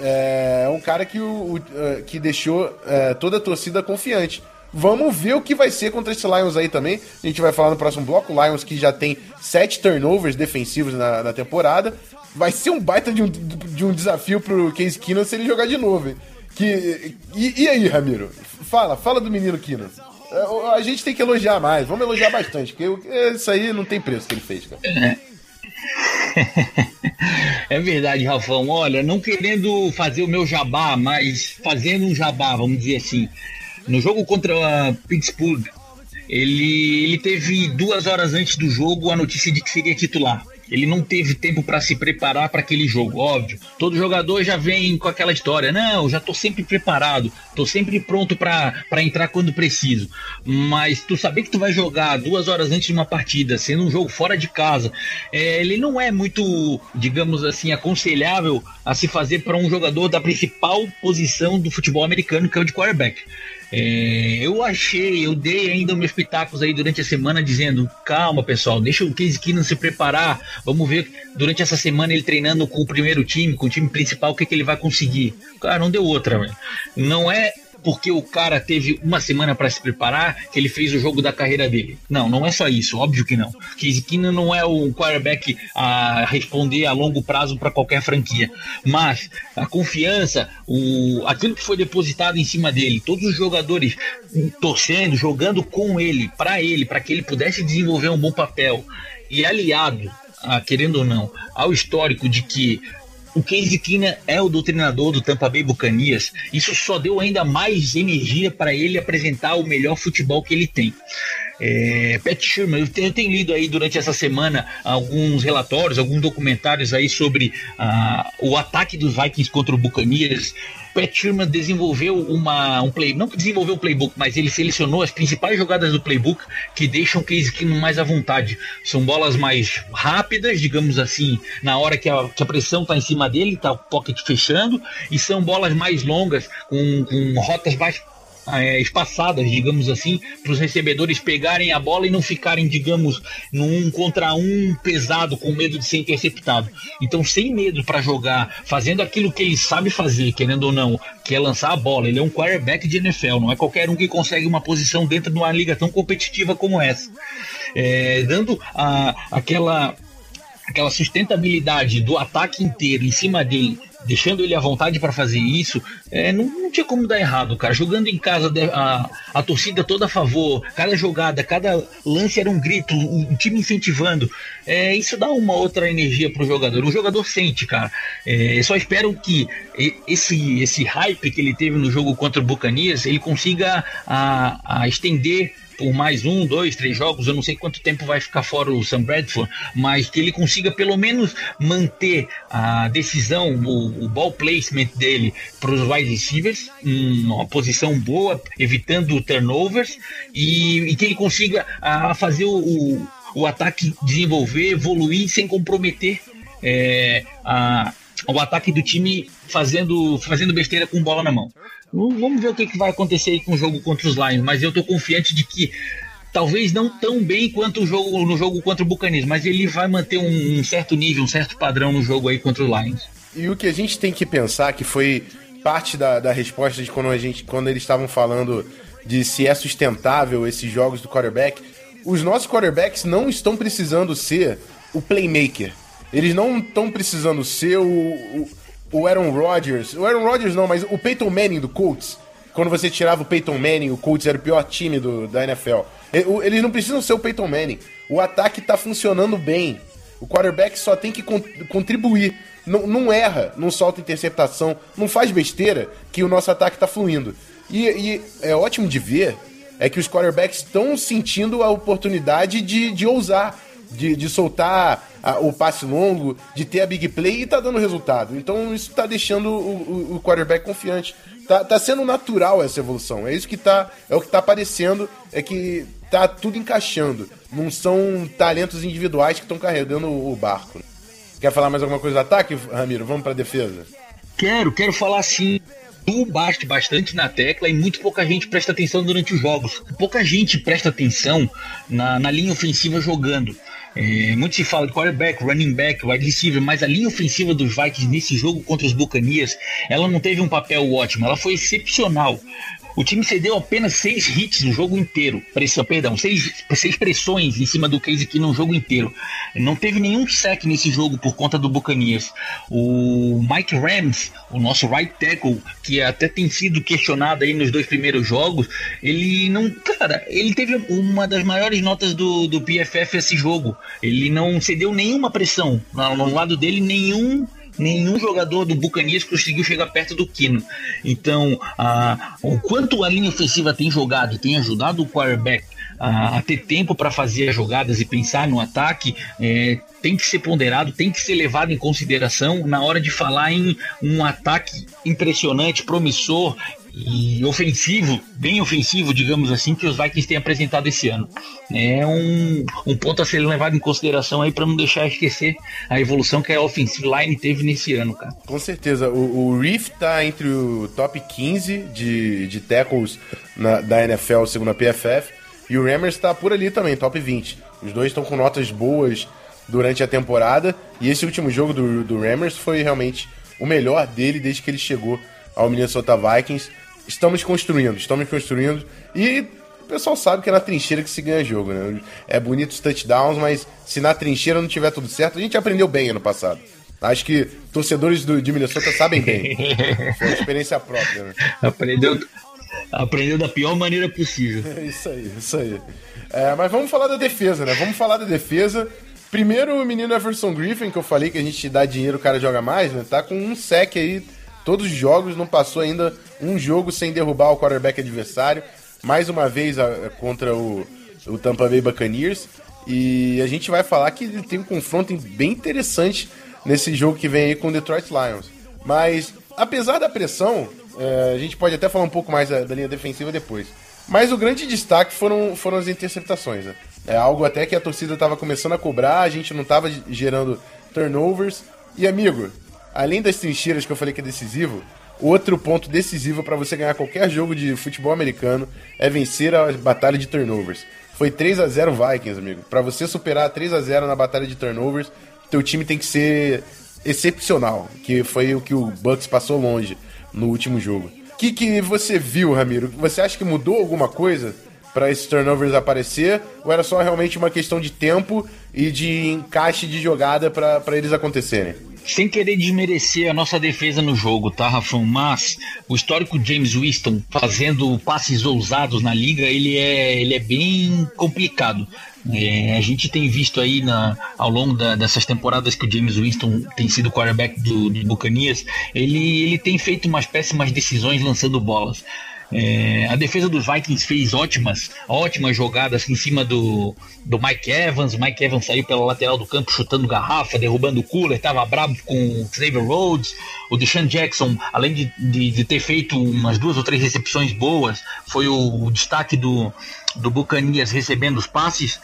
É um cara que, o, o, que deixou é, toda a torcida confiante. Vamos ver o que vai ser contra esse Lions aí também. A gente vai falar no próximo bloco. O Lions que já tem sete turnovers defensivos na, na temporada. Vai ser um baita de um, de um desafio pro Case Keenum se ele jogar de novo, hein? Que, e, e aí, Ramiro? Fala, fala do menino Keenan. A gente tem que elogiar mais, vamos elogiar bastante, porque isso aí não tem preço que ele fez, cara. É. É verdade, Rafão. Olha, não querendo fazer o meu jabá, mas fazendo um jabá, vamos dizer assim. No jogo contra a Pittsburgh, ele, ele teve duas horas antes do jogo a notícia de que seria titular. Ele não teve tempo para se preparar para aquele jogo, óbvio. Todo jogador já vem com aquela história, não, já tô sempre preparado, tô sempre pronto para entrar quando preciso. Mas tu saber que tu vai jogar duas horas antes de uma partida, sendo um jogo fora de casa, é, ele não é muito, digamos assim, aconselhável a se fazer para um jogador da principal posição do futebol americano, que é o de quarterback. É, eu achei, eu dei ainda meus pitacos aí durante a semana dizendo, calma pessoal, deixa o Case Keenum se preparar, vamos ver durante essa semana ele treinando com o primeiro time, com o time principal, o que, que ele vai conseguir. Cara, não deu outra, velho. Não é porque o cara teve uma semana para se preparar que ele fez o jogo da carreira dele. Não, não é só isso, óbvio que não. Case Keenum não é um quarterback a responder a longo prazo para qualquer franquia, mas a confiança, o, aquilo que foi depositado em cima dele, todos os jogadores torcendo, jogando com ele, para ele, para que ele pudesse desenvolver um bom papel, e aliado, a, querendo ou não, ao histórico de que o Case Keenum é o doutrinador do Tampa Bay Buccaneers, isso só deu ainda mais energia para ele apresentar o melhor futebol que ele tem. É, Pat Shurmur, eu tenho, eu tenho lido aí durante essa semana alguns relatórios, alguns documentários aí sobre uh, o ataque dos Vikings contra o Buccaneers. Pat Shurmur desenvolveu uma, um play, não que desenvolveu o playbook, mas ele selecionou as principais jogadas do playbook que deixam o Case Keenum mais à vontade. São bolas mais rápidas, digamos assim, na hora que a, que a pressão está em cima dele, está o pocket fechando, e são bolas mais longas, com, com rotas mais É, espaçadas, digamos assim, para os recebedores pegarem a bola e não ficarem, digamos, num contra um pesado, com medo de ser interceptado. Então, sem medo para jogar, fazendo aquilo que ele sabe fazer, querendo ou não, que é lançar a bola. Ele é um quarterback de N F L, não é qualquer um que consegue uma posição dentro de uma liga tão competitiva como essa. É, dando a, aquela, aquela sustentabilidade do ataque inteiro em cima dele, deixando ele à vontade para fazer isso, é, não, não tinha como dar errado, cara. Jogando em casa, a, a torcida toda a favor, cada jogada, cada lance era um grito, o, o time incentivando. É, isso dá uma outra energia pro jogador. O jogador sente, cara. É, só espero que esse, esse hype que ele teve no jogo contra o Buccaneers, ele consiga a, a estender por mais um, dois, três jogos. Eu não sei quanto tempo vai ficar fora o Sam Bradford, mas que ele consiga pelo menos manter a decisão, o, o ball placement dele para os wide receivers, uma posição boa, evitando turnovers, e, e que ele consiga a, fazer o, o, o ataque desenvolver, evoluir sem comprometer é, a, o ataque do time fazendo, fazendo besteira com bola na mão. Vamos ver o que, que vai acontecer aí com o jogo contra os Lions, mas eu tô confiante de que talvez não tão bem quanto o jogo, no jogo contra o Buccaneers, mas ele vai manter um, um certo nível, um certo padrão no jogo aí contra os Lions. E o que a gente tem que pensar, que foi parte da, da resposta de quando, a gente, quando eles estavam falando de se é sustentável esses jogos do quarterback, os nossos quarterbacks não estão precisando ser o playmaker. Eles não estão precisando ser o... o O Aaron Rodgers, o Aaron Rodgers não, mas o Peyton Manning do Colts, quando você tirava o Peyton Manning, o Colts era o pior time do, da N F L. Eles não precisam ser o Peyton Manning. O ataque tá funcionando bem. O quarterback só tem que contribuir. Não, não erra, não solta interceptação, não faz besteira, que o nosso ataque tá fluindo. E, e é ótimo de ver é que os quarterbacks estão sentindo a oportunidade de, de ousar, de, de soltar a, o passe longo, de ter a big play, e tá dando resultado. Então isso tá deixando o, o, o quarterback confiante. Tá, tá sendo natural essa evolução. É isso que tá, é o que tá aparecendo, é que tá tudo encaixando. Não são talentos individuais que estão carregando o barco. Quer falar mais alguma coisa do ataque, Ramiro? Vamos pra defesa? Quero, quero falar sim. Tu bate bastante na tecla e muito pouca gente presta atenção durante os jogos. Pouca gente presta atenção na, na linha ofensiva jogando. É, muito se fala de quarterback, running back, wide receiver, mas a linha ofensiva dos Vikings nesse jogo contra os Buccaneers, ela não teve um papel ótimo, ela foi excepcional. O time cedeu apenas seis hits no jogo inteiro. Pressão, perdão, seis, seis pressões em cima do Case Keenum no jogo inteiro. Não teve nenhum sack nesse jogo por conta do Buccaneers. O Mike Rams, o nosso right tackle, que até tem sido questionado aí nos dois primeiros jogos, ele não, cara, ele teve uma das maiores notas do, do P F F esse jogo. Ele não cedeu nenhuma pressão. No lado dele, nenhum nenhum jogador do Buccaneers conseguiu chegar perto do Keenum. Então, ah, o quanto a linha ofensiva tem jogado, tem ajudado o quarterback a, a ter tempo para fazer as jogadas e pensar no ataque, é, tem que ser ponderado, tem que ser levado em consideração na hora de falar em um ataque impressionante, promissor e ofensivo, bem ofensivo, digamos assim, que os Vikings têm apresentado esse ano. É um, um ponto a ser levado em consideração aí para não deixar esquecer a evolução que a offensive line teve nesse ano, cara. Com certeza, o, o Reef tá entre o top quinze de, de tackles na, da N F L, segundo a P F F, e o Rammers tá por ali também, top vinte. Os dois estão com notas boas durante a temporada, e esse último jogo do, do Rammers foi realmente o melhor dele desde que ele chegou ao Minnesota Vikings. Estamos construindo, estamos construindo, e o pessoal sabe que é na trincheira que se ganha jogo, né? É bonito os touchdowns, mas se na trincheira não tiver tudo certo, a gente aprendeu bem ano passado. Acho que torcedores do, de Minnesota sabem bem. Foi uma experiência própria, né? Aprendeu, aprendeu da pior maneira possível. É isso aí, isso aí. É, mas vamos falar da defesa, né? Vamos falar da defesa. Primeiro, o menino Everson Griffin, que eu falei que a gente dá dinheiro, o cara joga mais, né? Tá com um sec aí. Todos os jogos, não passou ainda um jogo sem derrubar o quarterback adversário. Mais uma vez a, a, contra o, o Tampa Bay Buccaneers. E a gente vai falar que ele tem um confronto bem interessante nesse jogo que vem aí com o Detroit Lions. Mas, apesar da pressão, é, a gente pode até falar um pouco mais da, da linha defensiva depois. Mas o grande destaque foram, foram as interceptações, né? É algo até que a torcida estava começando a cobrar, a gente não estava gerando turnovers. E, amigo, além das trincheiras que eu falei que é decisivo, outro ponto decisivo para você ganhar qualquer jogo de futebol americano é vencer a batalha de turnovers. Foi três a zero Vikings, amigo. Para você superar três a zero na batalha de turnovers, teu time tem que ser excepcional, que foi o que o Bucs passou longe no último jogo. O que, que você viu, Ramiro? Você acha que mudou alguma coisa para esses turnovers aparecer? Ou era só realmente uma questão de tempo e de encaixe de jogada para eles acontecerem? Sem querer desmerecer a nossa defesa no jogo, tá, Rafão? Mas o histórico James Winston fazendo passes ousados na liga, ele é, ele é bem complicado. É, a gente tem visto aí na, ao longo da, dessas temporadas que o James Winston tem sido quarterback do, do Buccaneers, ele, ele tem feito umas péssimas decisões lançando bolas. É, a defesa dos Vikings fez ótimas, ótimas jogadas em cima do, do Mike Evans. O Mike Evans saiu pela lateral do campo chutando garrafa, derrubando o cooler, estava bravo com o Xavier Rhodes. O Deshaun Jackson, além de, de, de ter feito umas duas ou três recepções boas, foi o, o destaque do, do Buccaneers recebendo os passes.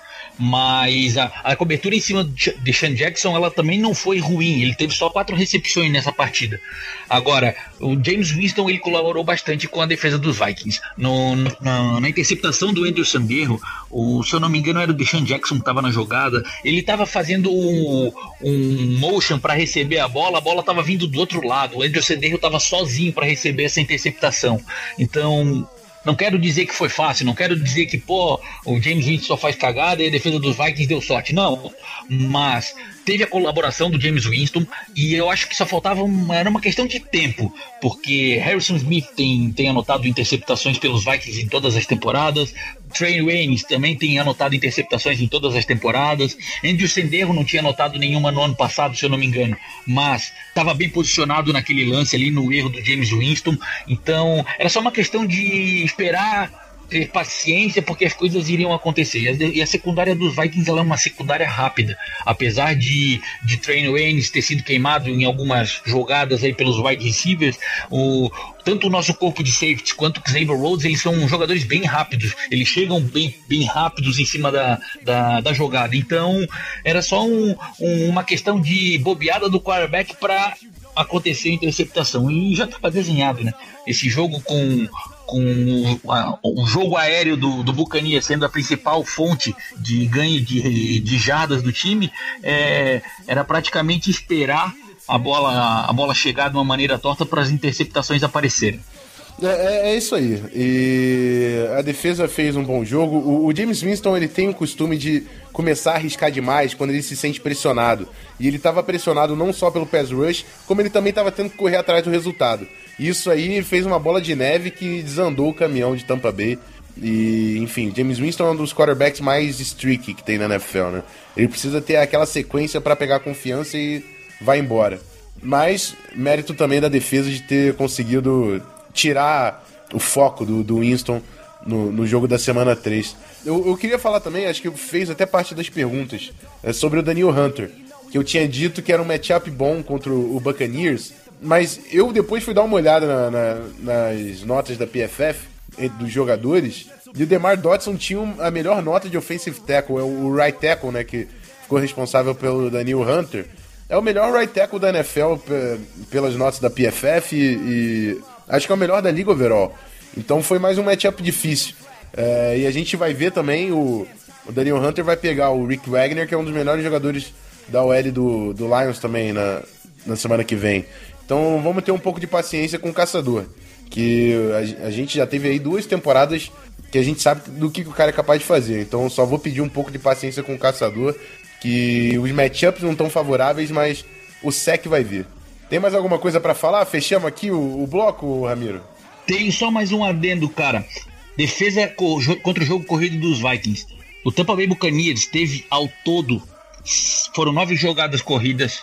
Mas a, a cobertura em cima de Deshaun Jackson, ela também não foi ruim. Ele teve só quatro recepções nessa partida. Agora, o James Winston, ele colaborou bastante com a defesa dos Vikings. No, na, na interceptação do Andrew Sendejo, o, se eu não me engano era o Deshaun Jackson que estava na jogada. Ele estava fazendo um, um motion para receber a bola, a bola estava vindo do outro lado. O Andrew Sendejo estava sozinho para receber essa interceptação. Então, não quero dizer que foi fácil, não quero dizer que, pô, o James Winston só faz cagada e a defesa dos Vikings deu sorte. Não, mas teve a colaboração do James Winston e eu acho que só faltava uma, era uma questão de tempo, porque Harrison Smith tem, tem anotado interceptações pelos Vikings em todas as temporadas, Trey Waynes também tem anotado interceptações em todas as temporadas, Andrew Sendejo não tinha anotado nenhuma no ano passado, se eu não me engano, mas estava bem posicionado naquele lance ali no erro do James Winston. Então era só uma questão de esperar, ter paciência, porque as coisas iriam acontecer. E a secundária dos Vikings, ela é uma secundária rápida, apesar de, de Trey Waynes ter sido queimado em algumas jogadas aí pelos wide receivers. O, tanto o nosso corpo de safety quanto o Xavier Rhodes, eles são jogadores bem rápidos, eles chegam bem, bem rápidos em cima da, da, da jogada. Então era só um, um, uma questão de bobeada do quarterback para acontecer a interceptação, e já estava desenhado, né? Esse jogo com com o, a, o jogo aéreo do, do Buccaneers sendo a principal fonte de ganho de, de jardas do time, é, era praticamente esperar a bola, a bola chegar de uma maneira torta para as interceptações aparecerem. É, é isso aí. E a defesa fez um bom jogo. O, o James Winston, ele tem o costume de começar a arriscar demais quando ele se sente pressionado. E ele estava pressionado não só pelo pass rush, como ele também estava tendo que correr atrás do resultado. Isso aí fez uma bola de neve que desandou o caminhão de Tampa Bay. E, enfim, James Winston é um dos quarterbacks mais streaky que tem na N F L, né? Ele precisa ter aquela sequência para pegar confiança e vai embora. Mas mérito também da defesa de ter conseguido tirar o foco do, do Winston no, no jogo da semana três. Eu, eu queria falar também, acho que fez até parte das perguntas, é, sobre o Daniel Hunter, que eu tinha dito que era um matchup bom contra o, o Buccaneers, mas eu depois fui dar uma olhada na, na, nas notas da P F F, dos jogadores, e o DeMar Dotson tinha a melhor nota de offensive tackle, é o right tackle, né, que ficou responsável pelo Daniel Hunter. É o melhor right tackle da N F L pelas notas da P F F e, e acho que é o melhor da liga overall. Então foi mais um matchup difícil. É, e a gente vai ver também o, o Daniel Hunter vai pegar o Rick Wagner, que é um dos melhores jogadores da O L do, do Lions também na, na semana que vem. Então vamos ter um pouco de paciência com o caçador, que a, a gente já teve aí duas temporadas que a gente sabe do que, que o cara é capaz de fazer. Então só vou pedir um pouco de paciência com o caçador, que os matchups não estão favoráveis, mas o sec vai vir. Tem mais alguma coisa pra falar? Fechamos aqui o, o bloco, Ramiro? Tem só mais um adendo, cara. Defesa contra o jogo corrido dos Vikings. O Tampa Bay Buccaneers teve ao todo, foram nove jogadas corridas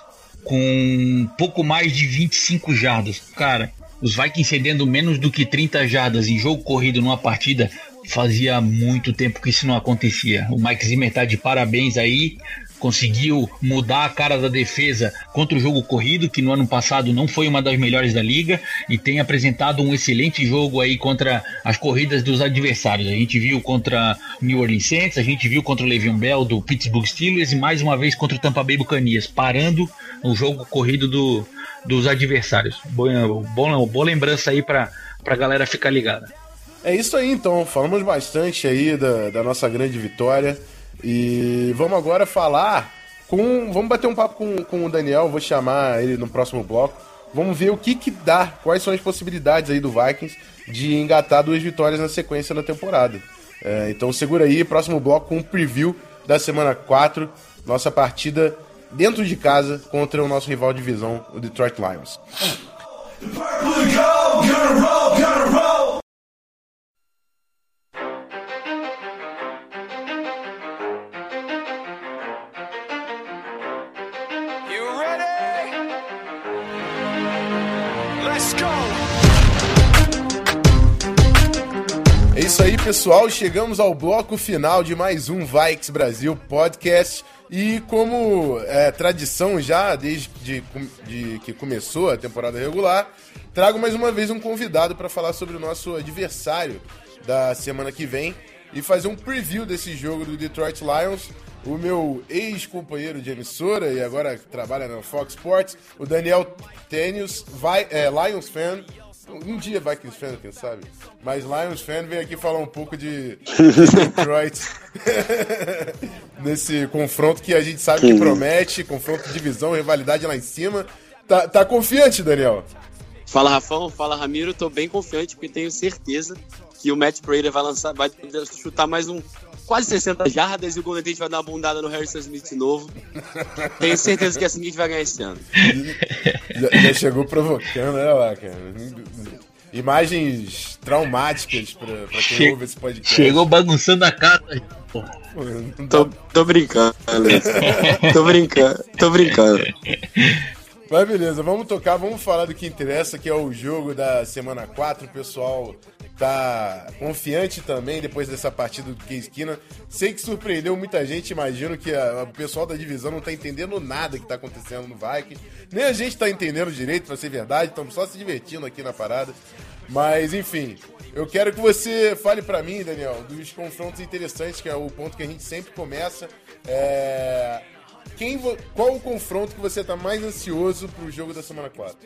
com pouco mais de vinte e cinco jardas. Cara, os Vikings cedendo menos do que trinta jardas em jogo corrido numa partida, fazia muito tempo que isso não acontecia. O Mike Zimmer tá de parabéns aí, conseguiu mudar a cara da defesa contra o jogo corrido, que no ano passado não foi uma das melhores da liga, e tem apresentado um excelente jogo aí contra as corridas dos adversários. A gente viu contra o New Orleans Saints, a gente viu contra o Le'Veon Bell do Pittsburgh Steelers e mais uma vez contra o Tampa Bay Buccaneers, parando o jogo corrido do, dos adversários. Boa, boa, boa lembrança aí pra, pra galera ficar ligada. É isso aí, então. Falamos bastante aí da, da nossa grande vitória. E vamos agora falar com... Vamos bater um papo com, com o Daniel, vou chamar ele no próximo bloco. Vamos ver o que que dá, quais são as possibilidades aí do Vikings de engatar duas vitórias na sequência na temporada. É, então segura aí, próximo bloco com um preview da semana quatro, nossa partida dentro de casa contra o nosso rival de divisão, o Detroit Lions. É isso aí, pessoal, chegamos ao bloco final de mais um Vikes Brasil Podcast. E como é tradição já, desde de, de que começou a temporada regular, trago mais uma vez um convidado para falar sobre o nosso adversário da semana que vem e fazer um preview desse jogo do Detroit Lions. O meu ex-companheiro de emissora e agora trabalha na Fox Sports, o Daniel Tênios, vai, é, Lions fan. Um dia Vikings fan, quem sabe? Mas Lions fan veio aqui falar um pouco de, de Detroit nesse confronto que a gente sabe que promete, confronto de divisão, rivalidade lá em cima. Tá, tá confiante, Daniel? Fala, Rafão, fala, Ramiro. Tô bem confiante porque tenho certeza que o Matt Prater vai lançar, vai chutar mais um quase sessenta jardas e o Golden Tate vai dar uma bundada no Harrison Smith de novo. Tenho certeza que é assim que a gente vai ganhar esse ano. Já, já chegou provocando, olha lá, cara. Imagens traumáticas pra, pra quem che- ouve esse podcast. Chegou bagunçando a casa. Tô, tô brincando, Alex. Tô brincando, tô brincando. Mas beleza, vamos tocar, vamos falar do que interessa, que é o jogo da semana quatro. O pessoal tá confiante também depois dessa partida do Case Keenum. Sei que surpreendeu muita gente, imagino que a, o pessoal da divisão não tá entendendo nada que tá acontecendo no Vikings. Nem a gente tá entendendo direito, pra ser verdade, estamos só se divertindo aqui na parada. Mas, enfim, eu quero que você fale pra mim, Daniel, dos confrontos interessantes, que é o ponto que a gente sempre começa. É... Quem, qual o confronto que você tá mais ansioso pro jogo da semana quatro?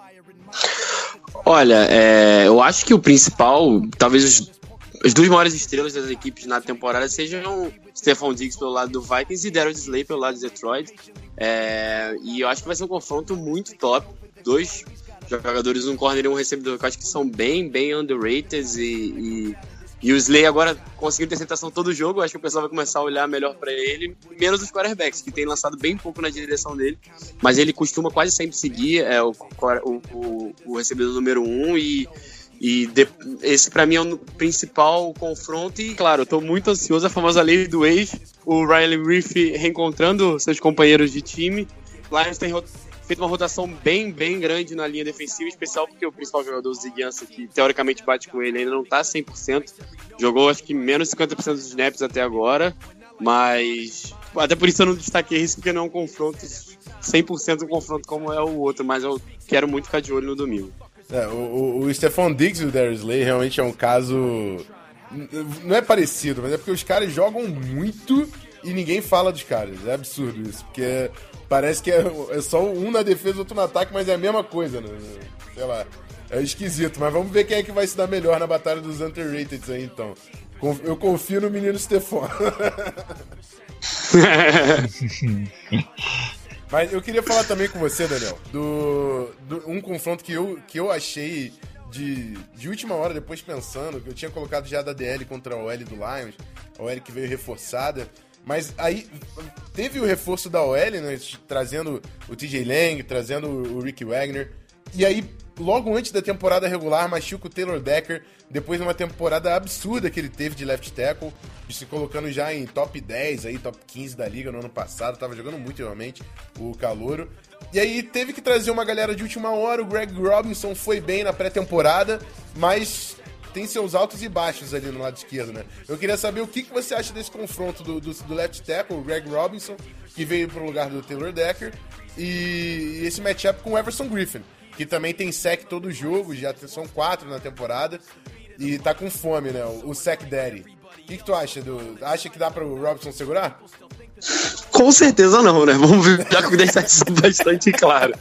Olha, é, eu acho que o principal, talvez os, as duas maiores estrelas das equipes na temporada sejam Stephon Diggs pelo lado do Vikings e Darius Slay pelo lado do Detroit. É, e eu acho que vai ser um confronto muito top. Dois jogadores, um corner e um recebedor, que eu acho que são bem, bem underrated e, e, e o Slay agora conseguiu interceptação todo jogo, eu acho que o pessoal vai começar a olhar melhor pra ele, menos os quarterbacks, que tem lançado bem pouco na direção dele, mas ele costuma quase sempre seguir é, o, o, o, o recebedor número um e, e de, esse pra mim é o principal confronto e, claro, eu tô muito ansioso, a famosa lei do ex, o Riley Reiff reencontrando seus companheiros de time. O Lions tem feito uma rotação bem, bem grande na linha defensiva, especial porque o principal jogador, o Zig Ansah, que teoricamente bate com ele, ainda não tá cem por cento. Jogou, acho que, menos cinquenta por cento dos snaps até agora, mas até por isso eu não destaquei isso, porque não é um confronto cem por cento um confronto como é o outro, mas eu quero muito ficar de olho no domingo. É, o, o Stephon Diggs e o Darius Slay realmente é um caso... Não é parecido, mas é porque os caras jogam muito e ninguém fala dos caras. É absurdo isso, porque... Parece que é, é só um na defesa, outro no ataque, mas é a mesma coisa, né? Sei lá. É esquisito, mas vamos ver quem é que vai se dar melhor na batalha dos underrated aí, então. Eu confio no menino Stephon. Mas eu queria falar também com você, Daniel, do, do um confronto que eu, que eu achei de, de última hora, depois pensando, que eu tinha colocado já da D L contra a O L do Lions, a O L que veio reforçada. Mas aí teve o reforço da O L, né, trazendo o T J Lang, trazendo o Ricky Wagner. E aí, logo antes da temporada regular, machuca o Taylor Decker, depois de uma temporada absurda que ele teve de left tackle, se colocando já em top dez, aí, top quinze da liga no ano passado, tava jogando muito realmente o calouro. E aí teve que trazer uma galera de última hora, o Greg Robinson foi bem na pré-temporada, mas... tem seus altos e baixos ali no lado esquerdo, né? Eu queria saber o que, que você acha desse confronto do, do, do left tackle, o Greg Robinson, que veio pro lugar do Taylor Decker, e, e esse matchup com o Everson Griffin, que também tem sack todo jogo, já são quatro na temporada, e tá com fome, né? O, o sack daddy. O que, que tu acha? Do, acha que dá pro Robinson segurar? Com certeza não, né? Vamos ver, já que deixar isso bastante claro.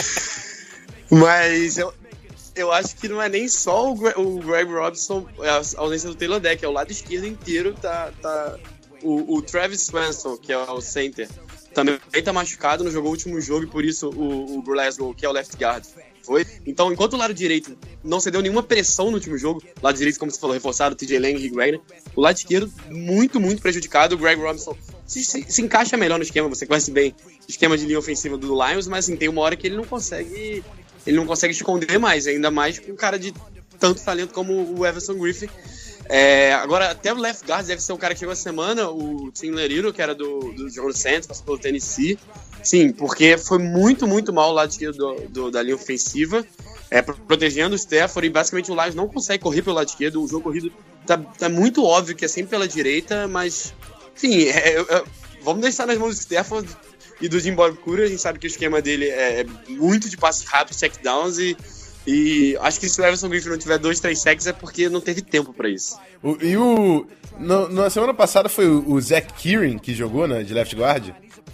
Mas eu... Eu acho que não é nem só o Greg, o Greg Robinson, a ausência do Taylor Decker, é o lado esquerdo inteiro, tá, tá o, o Travis Swanson, que é o center, também tá machucado, não jogou o último jogo e por isso o, o Glasgow, que é o left guard, foi. Então, enquanto o lado direito não cedeu nenhuma pressão no último jogo, o lado direito, como você falou, reforçado, T J Lang e Rick Wagner, o lado esquerdo muito, muito prejudicado, o Greg Robinson se, se, se encaixa melhor no esquema, você conhece bem o esquema de linha ofensiva do Lions, mas assim, tem uma hora que ele não consegue... Ele não consegue esconder mais, ainda mais com um cara de tanto talento como o Everson Griffin. É, agora, até o left guard deve ser um cara que chegou essa semana, o Tim Leriro, que era do, do John Santos, passou pelo Tennessee. Sim, porque foi muito, muito mal o lado esquerdo do, do, da linha ofensiva, é, protegendo o Stafford, e basicamente o Lions não consegue correr pelo lado esquerdo. O jogo corrido tá, tá muito óbvio que é sempre pela direita, mas, enfim, é, é, vamos deixar nas mãos do Stafford e do Jim Bob Cura. A gente sabe que o esquema dele é muito de passes rápidos, checkdowns, e, e acho que se o Everson Griffin não tiver dois, três sacks é porque não teve tempo pra isso. O, e o... No, na semana passada foi o, o Zach Kieran que jogou, né, de left guard?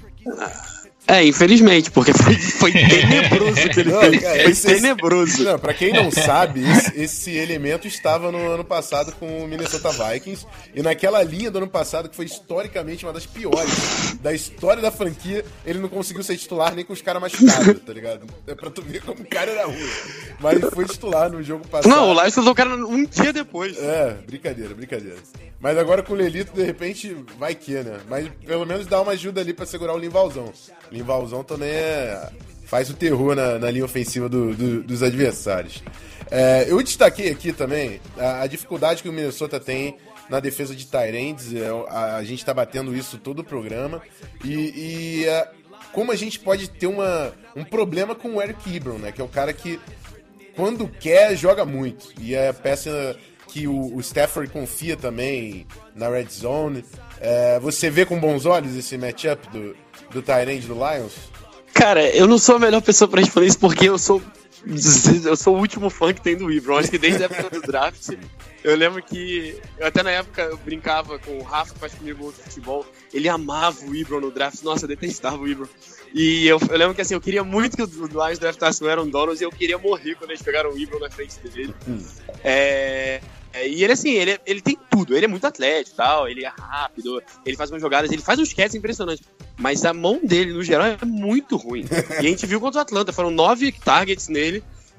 É, infelizmente, porque foi, foi tenebroso o que ele não, fez. Cara, foi esse, tenebroso. Não, pra quem não sabe, esse, esse elemento estava no ano passado com o Minnesota Vikings, e naquela linha do ano passado, que foi historicamente uma das piores da história da franquia, ele não conseguiu ser titular nem com os caras machucados, tá ligado? É pra tu ver como o cara era ruim. Mas ele foi titular no jogo passado. Não, o Lions o cara um dia depois. É, brincadeira, brincadeira. Mas agora com o Lelito, de repente, vai que, né? Mas pelo menos dá uma ajuda ali pra segurar o Linvalzão. Linvalzão também é, faz o terror na, na linha ofensiva do, do, dos adversários. É, eu destaquei aqui também a, a dificuldade que o Minnesota tem na defesa de tight ends. É, a, a gente está batendo isso todo o programa. E, e é, como a gente pode ter uma, um problema com o Eric Ebron, né? Que é o cara que, quando quer, joga muito. E é a peça que o, o Stafford confia também na red zone. É, você vê com bons olhos esse matchup do, do tight end do Lions? Cara, eu não sou a melhor pessoa pra responder isso, porque eu sou eu sou o último fã que tem do Ebron. Acho que desde a época do draft, eu lembro que, eu até na época eu brincava com o Rafa, que faz comigo outro futebol, ele amava o Ebron no draft. Nossa, eu detestava o Ebron. E eu, eu lembro que assim, eu queria muito que o Lions draftasse o Aaron Donald, e eu queria morrer quando eles pegaram o Ebron na frente dele. Hum. É... É, e ele, assim, ele, ele tem tudo. Ele é muito atlético e tal, ele é rápido, ele faz umas jogadas, ele faz uns catches impressionantes. Mas a mão dele, no geral, é muito ruim. E a gente viu contra o Atlanta, foram nove targets nele,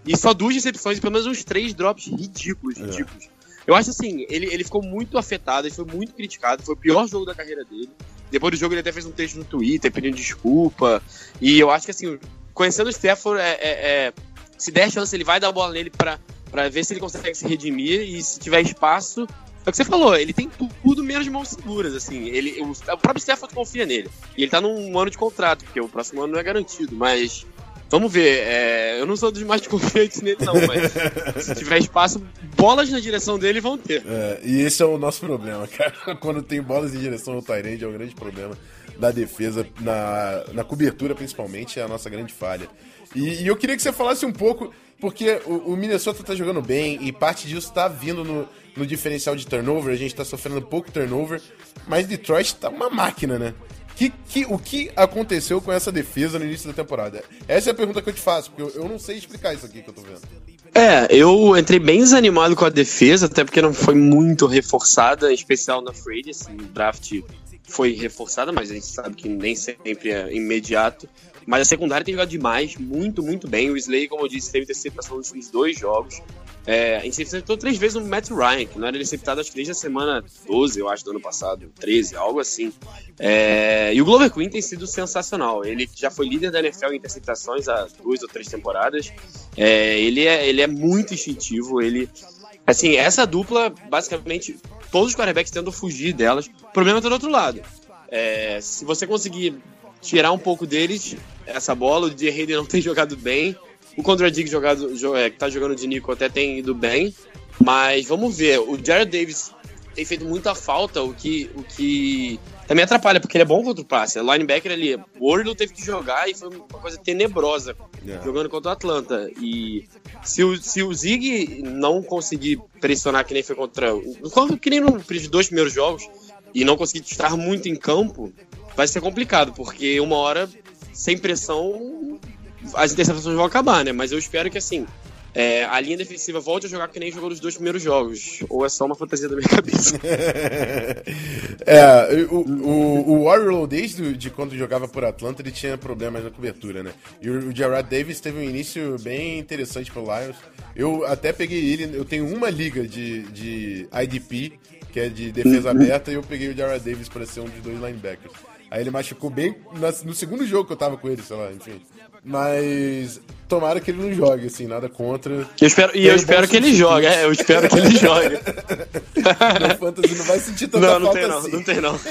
e só duas recepções e pelo menos uns três drops ridículos, ridículos. É. Eu acho assim, ele, ele ficou muito afetado, ele foi muito criticado, foi o pior jogo da carreira dele. Depois do jogo ele até fez um texto no Twitter pedindo desculpa. E eu acho que assim, conhecendo o Stafford, é, é, é, se der chance ele vai dar a bola nele pra, pra ver se ele consegue se redimir. E se tiver espaço, é o que você falou, ele tem tudo menos de mãos seguras. Assim, ele, o, o próprio Stafford confia nele. E ele tá num ano de contrato, porque o próximo ano não é garantido, mas... Vamos ver, é, eu não sou dos mais confiantes nele não, mas se tiver espaço, bolas na direção dele vão ter. É, e esse é o nosso problema, cara. Quando tem bolas em direção ao tight end é o grande problema da defesa, na, na cobertura principalmente, é a nossa grande falha. E, e eu queria que você falasse um pouco, porque o, o Minnesota tá jogando bem e parte disso tá vindo no, no diferencial de turnover, a gente tá sofrendo pouco turnover, mas Detroit tá uma máquina, né? Que, que, o que aconteceu com essa defesa no início da temporada? Essa é a pergunta que eu te faço, porque eu, eu não sei explicar isso aqui que eu tô vendo. É, eu entrei bem desanimado com a defesa, até porque não foi muito reforçada, em especial na free agency. O draft foi reforçada, mas a gente sabe que nem sempre é imediato. Mas a secundária tem jogado demais, muito, muito bem. O Slay, como eu disse, teve interceptação nos últimos dois jogos. É, interceptou três vezes no Matt Ryan, que não era interceptado acho que desde a semana doze, eu acho, do ano passado, treze, algo assim. É, e o Glover Queen tem sido sensacional. Ele já foi líder da N F L em interceptações há duas ou três temporadas. É, ele, é, ele é muito instintivo. Ele, assim, essa dupla, basicamente, todos os quarterbacks tentam fugir delas. O problema tá do outro lado. É, se você conseguir tirar um pouco deles, essa bola, o D J Hayden não tem jogado bem. O Contradic jogado, é, que tá jogando de Nico até tem ido bem, mas vamos ver. O Jared Davis tem feito muita falta, o que, o que também atrapalha, porque ele é bom contra o passe. O linebacker ali, o Wardle teve que jogar e foi uma coisa tenebrosa yeah. jogando contra o Atlanta. E se o, se o Zig não conseguir pressionar que nem foi contra o que nem nos dois primeiros jogos e não conseguir estar muito em campo, vai ser complicado, porque uma hora sem pressão as interceptações vão acabar, né? Mas eu espero que, assim, é, a linha defensiva volte a jogar que nem jogou nos dois primeiros jogos. Ou é só uma fantasia da minha cabeça. é, o, o, o Warrior, desde de quando jogava por Atlanta, ele tinha problemas na cobertura, né? E o, o Jarrad Davis teve um início bem interessante pro Lions. Eu até peguei ele, eu tenho uma liga de, de I D P, que é de defesa aberta, e eu peguei o Jarrad Davis para ser um dos dois linebackers. Aí ele machucou bem no segundo jogo que eu tava com ele, sei lá, enfim. Mas tomara que ele não jogue, assim, nada contra. Eu espero, e eu espero que ele jogue, é, eu espero que ele jogue. No Fantasy não vai sentir tanta não, não falta tem, não, assim. Não tem, não.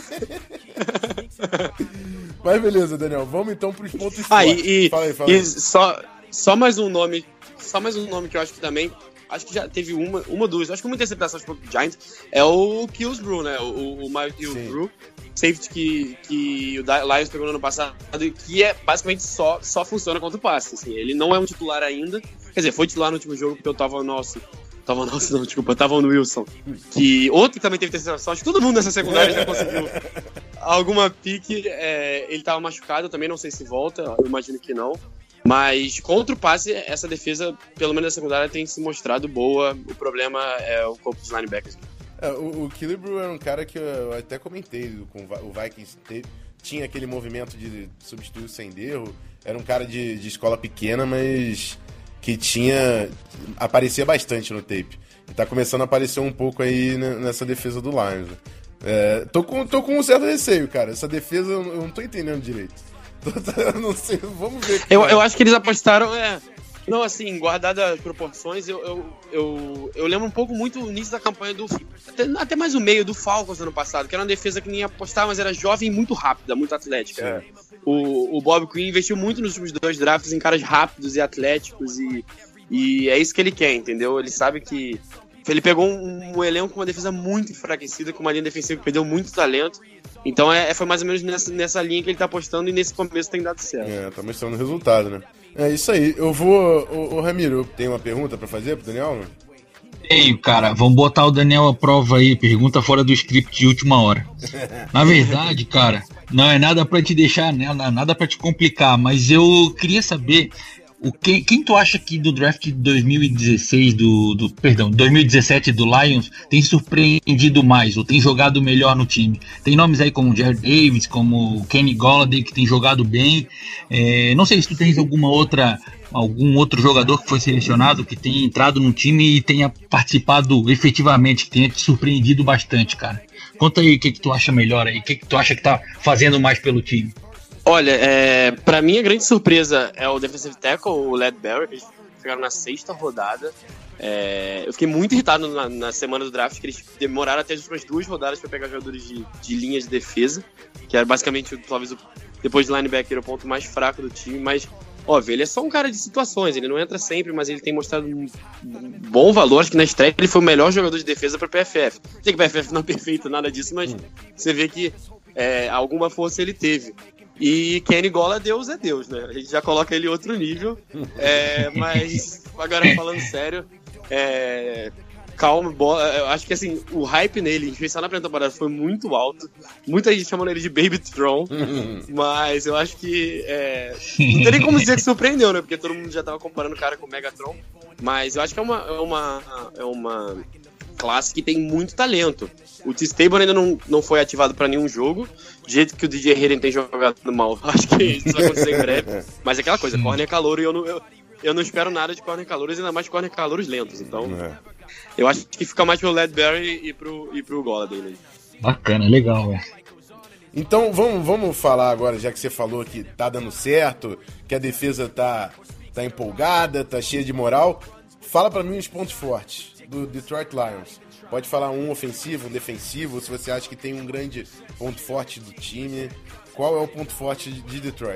Mas beleza, Daniel, vamos então pros pontos ah, fortes. E, fala aí, fala e aí. Só, só mais um nome, só mais um nome que eu acho que também, acho que já teve uma, uma duas, acho que uma interceptação contra o Giants, é o Killsbrew, né, o, o Mike Killsbrew. Safety que, que o Lions pegou no ano passado, que é basicamente só, só funciona contra o passe. Assim. Ele não é um titular ainda. Quer dizer, foi titular no último jogo porque eu tava nosso. Tava nosso, não, desculpa, eu tava no Wilson. Que outro que também teve interceptação. Acho que todo mundo nessa secundária já conseguiu alguma pique. É, ele tava machucado, eu também não sei se volta, eu imagino que não. Mas contra o passe, essa defesa, pelo menos na secundária, tem se mostrado boa. O problema é o corpo dos linebackers. É, o, o Killebrew era um cara que eu até comentei com o Vikings, teve, tinha aquele movimento de substituir sem erro, era um cara de, de escola pequena, mas que tinha, aparecia bastante no tape, e tá começando a aparecer um pouco aí nessa defesa do Lions. É, tô, com, tô com um certo receio, cara, essa defesa eu não tô entendendo direito. Eu não sei, vamos ver. Eu, eu acho que eles apostaram, é... Não, assim, guardadas as proporções, eu, eu, eu, eu lembro um pouco muito o início da campanha do... Até, até mais o meio do Falcons no ano passado, que era uma defesa que nem ia apostar, mas era jovem e muito rápida, muito atlética. É. O, o Bob Quinn investiu muito nos últimos dois drafts em caras rápidos e atléticos, e, e é isso que ele quer, entendeu? Ele sabe que... Ele pegou um, um elenco com uma defesa muito enfraquecida, com uma linha defensiva que perdeu muito talento. Então é, foi mais ou menos nessa, nessa linha que ele tá apostando, e nesse começo tem dado certo. É, tá mostrando o resultado, né? É isso aí. Eu vou... Ô, ô Ramiro, tem uma pergunta pra fazer pro Daniel? Né? Tenho, cara. Vamos botar o Daniel à prova aí. Pergunta fora do script de última hora. Na verdade, cara, não é nada pra te deixar, né? Nada pra te complicar, mas eu queria saber o que, quem tu acha que do draft de dois mil e dezesseis, do, do perdão, dois mil e dezessete do Lions tem surpreendido mais, ou tem jogado melhor no time? Tem nomes aí como Jared Davis, como Kenny Golladay, que tem jogado bem. É, não sei se tu tens alguma outra, algum outro jogador que foi selecionado, que tenha entrado no time e tenha participado efetivamente, que tenha te surpreendido bastante, cara. Conta aí o que, que tu acha melhor aí, o que, que tu acha que tá fazendo mais pelo time. Olha, é, pra mim a grande surpresa é o defensive tackle, o Ledbury, que eles pegaram na sexta rodada. É, eu fiquei muito irritado na, na semana do draft, que eles demoraram até as últimas duas rodadas para pegar jogadores de, de linha de defesa, que era basicamente, talvez, o, depois de linebacker, o ponto mais fraco do time, mas, óbvio, ele é só um cara de situações, ele não entra sempre, mas ele tem mostrado um bom valor. Acho que na estreia ele foi o melhor jogador de defesa para P F F. Sei que P F F não é perfeito, nada disso, mas você vê que é, alguma força ele teve. E Kenny Golladay, Deus é Deus, né? A gente já coloca ele em outro nível. É, mas, agora falando sério, é, calma, bola. Eu acho que assim, o hype nele, em especial na primeira temporada, foi muito alto. Muita gente chamando ele de Baby Tron, mas eu acho que é, não tem nem como dizer que surpreendeu, né? Porque todo mundo já tava comparando o cara com o Megatron. Mas eu acho que é uma, é uma, é uma classe que tem muito talento. O T-Stable ainda não, não foi ativado pra nenhum jogo. Do jeito que o D J Hayden tem jogado mal, acho que isso vai acontecer em breve. Mas é aquela coisa, corner calouro, e eu não, eu, eu não espero nada de corner calouros, ainda mais corner calouros lentos. Então, é. eu acho que fica mais pro Ledbury e pro, e pro Golladay. Né? Bacana, legal, velho. Então, vamos, vamos falar agora, já que você falou que tá dando certo, que a defesa tá, tá empolgada, tá cheia de moral. Fala pra mim os pontos fortes do Detroit Lions. Pode falar um ofensivo, um defensivo, se você acha que tem um grande ponto forte do time. Qual é o ponto forte de Detroit?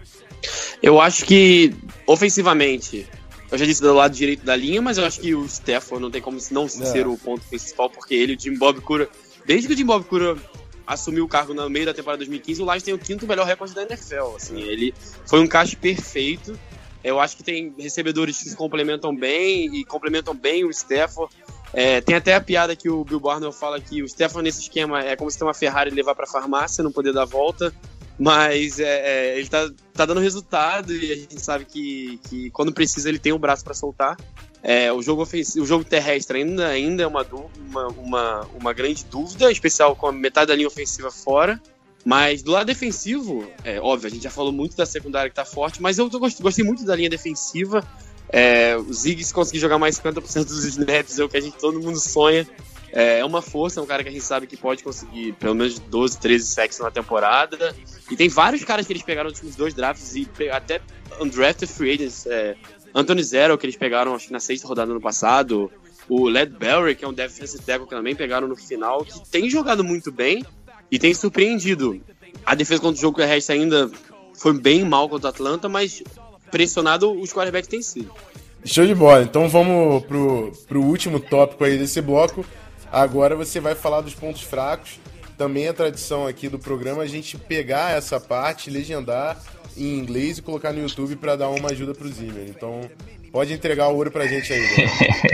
Eu acho que, ofensivamente, eu já disse do lado direito da linha, mas eu acho que o Stafford não tem como não ser o ponto principal, porque ele, o Jim Bob Cura, desde que o Jim Bob Cura assumiu o cargo no meio da temporada dois mil e quinze, o Lions tem o quinto melhor recorde da N F L. Assim, ele foi um encaixe perfeito. Eu acho que tem recebedores que se complementam bem e complementam bem o Stafford. É, tem até a piada que o Bill Barnwell fala que o Stafford nesse esquema é como se ter uma Ferrari e levar pra farmácia, não poder dar volta, mas é, é, ele tá, tá dando resultado e a gente sabe que, que quando precisa ele tem o braço pra soltar. É, o, jogo ofensivo, o jogo terrestre ainda, ainda é uma, uma, uma, uma grande dúvida, em especial com a metade da linha ofensiva fora. Mas do lado defensivo, é óbvio, a gente já falou muito da secundária que tá forte, mas eu tô, gostei muito da linha defensiva. É, o Ziggy, se conseguir jogar mais cinquenta por cento dos snaps, é o que a gente, todo mundo sonha. É uma força, é um cara que a gente sabe que pode conseguir pelo menos doze, treze sacks na temporada. E tem vários caras que eles pegaram nos últimos dois drafts e até undrafted free agents. É, Anthony Zero, que eles pegaram acho que na sexta rodada do ano passado. O Ledbury, que é um defensive tackle que também pegaram no final, que tem jogado muito bem e tem surpreendido. A defesa contra o jogo terrestre ainda foi bem mal contra o Atlanta, mas pressionado os quarterbacks têm sido. Show de bola. Então vamos pro, pro último tópico aí desse bloco. Agora você vai falar dos pontos fracos. Também é tradição aqui do programa a gente pegar essa parte, legendar em inglês e colocar no YouTube para dar uma ajuda pro Zimmer. Então pode entregar o ouro pra gente aí. Né?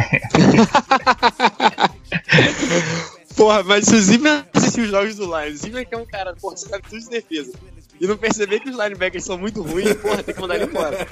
Porra, mas se o Zimmer assistir os jogos do Lions, o Zimmer que é um cara, porra, você sabe tudo de defesa, e não perceber que os linebackers são muito ruins, porra, tem que mandar ele embora.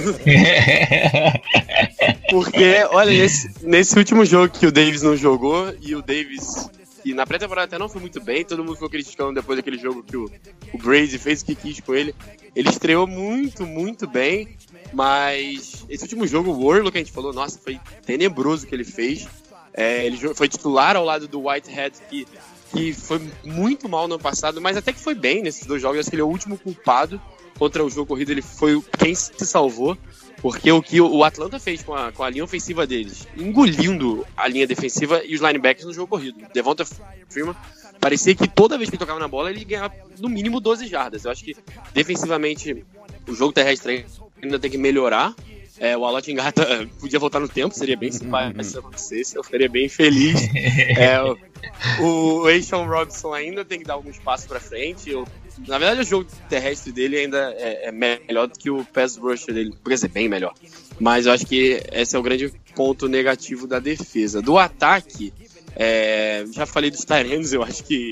Porque, olha, nesse, nesse último jogo que o Davis não jogou, e o Davis, que na pré-temporada até não foi muito bem, todo mundo ficou criticando depois daquele jogo que o, o Brady fez o que quis com ele, ele estreou muito, muito bem, mas esse último jogo, o Warlock, que a gente falou, nossa, foi tenebroso o que ele fez. É, ele foi titular ao lado do Whitehead, que, que foi muito mal no ano passado, mas até que foi bem nesses dois jogos. Acho que ele é o último culpado contra o jogo corrido, ele foi quem se salvou, porque o que o Atlanta fez com a, com a linha ofensiva deles, engolindo a linha defensiva e os linebackers no jogo corrido. Devonta Freeman, parecia que toda vez que ele tocava na bola, ele ganhava no mínimo doze jardas. Eu acho que defensivamente o jogo terrestre ainda tem que melhorar. É, o Alot Ngata podia voltar no tempo, seria bem simpático se isso acontecesse, eu ficaria bem feliz. É, o Aishan Robinson ainda tem que dar algum espaço pra frente. Eu, na verdade, o jogo terrestre dele ainda é, é melhor do que o pass rush dele, podia ser bem melhor. Mas eu acho que esse é o grande ponto negativo da defesa. Do ataque, é, já falei dos tight ends, eu acho que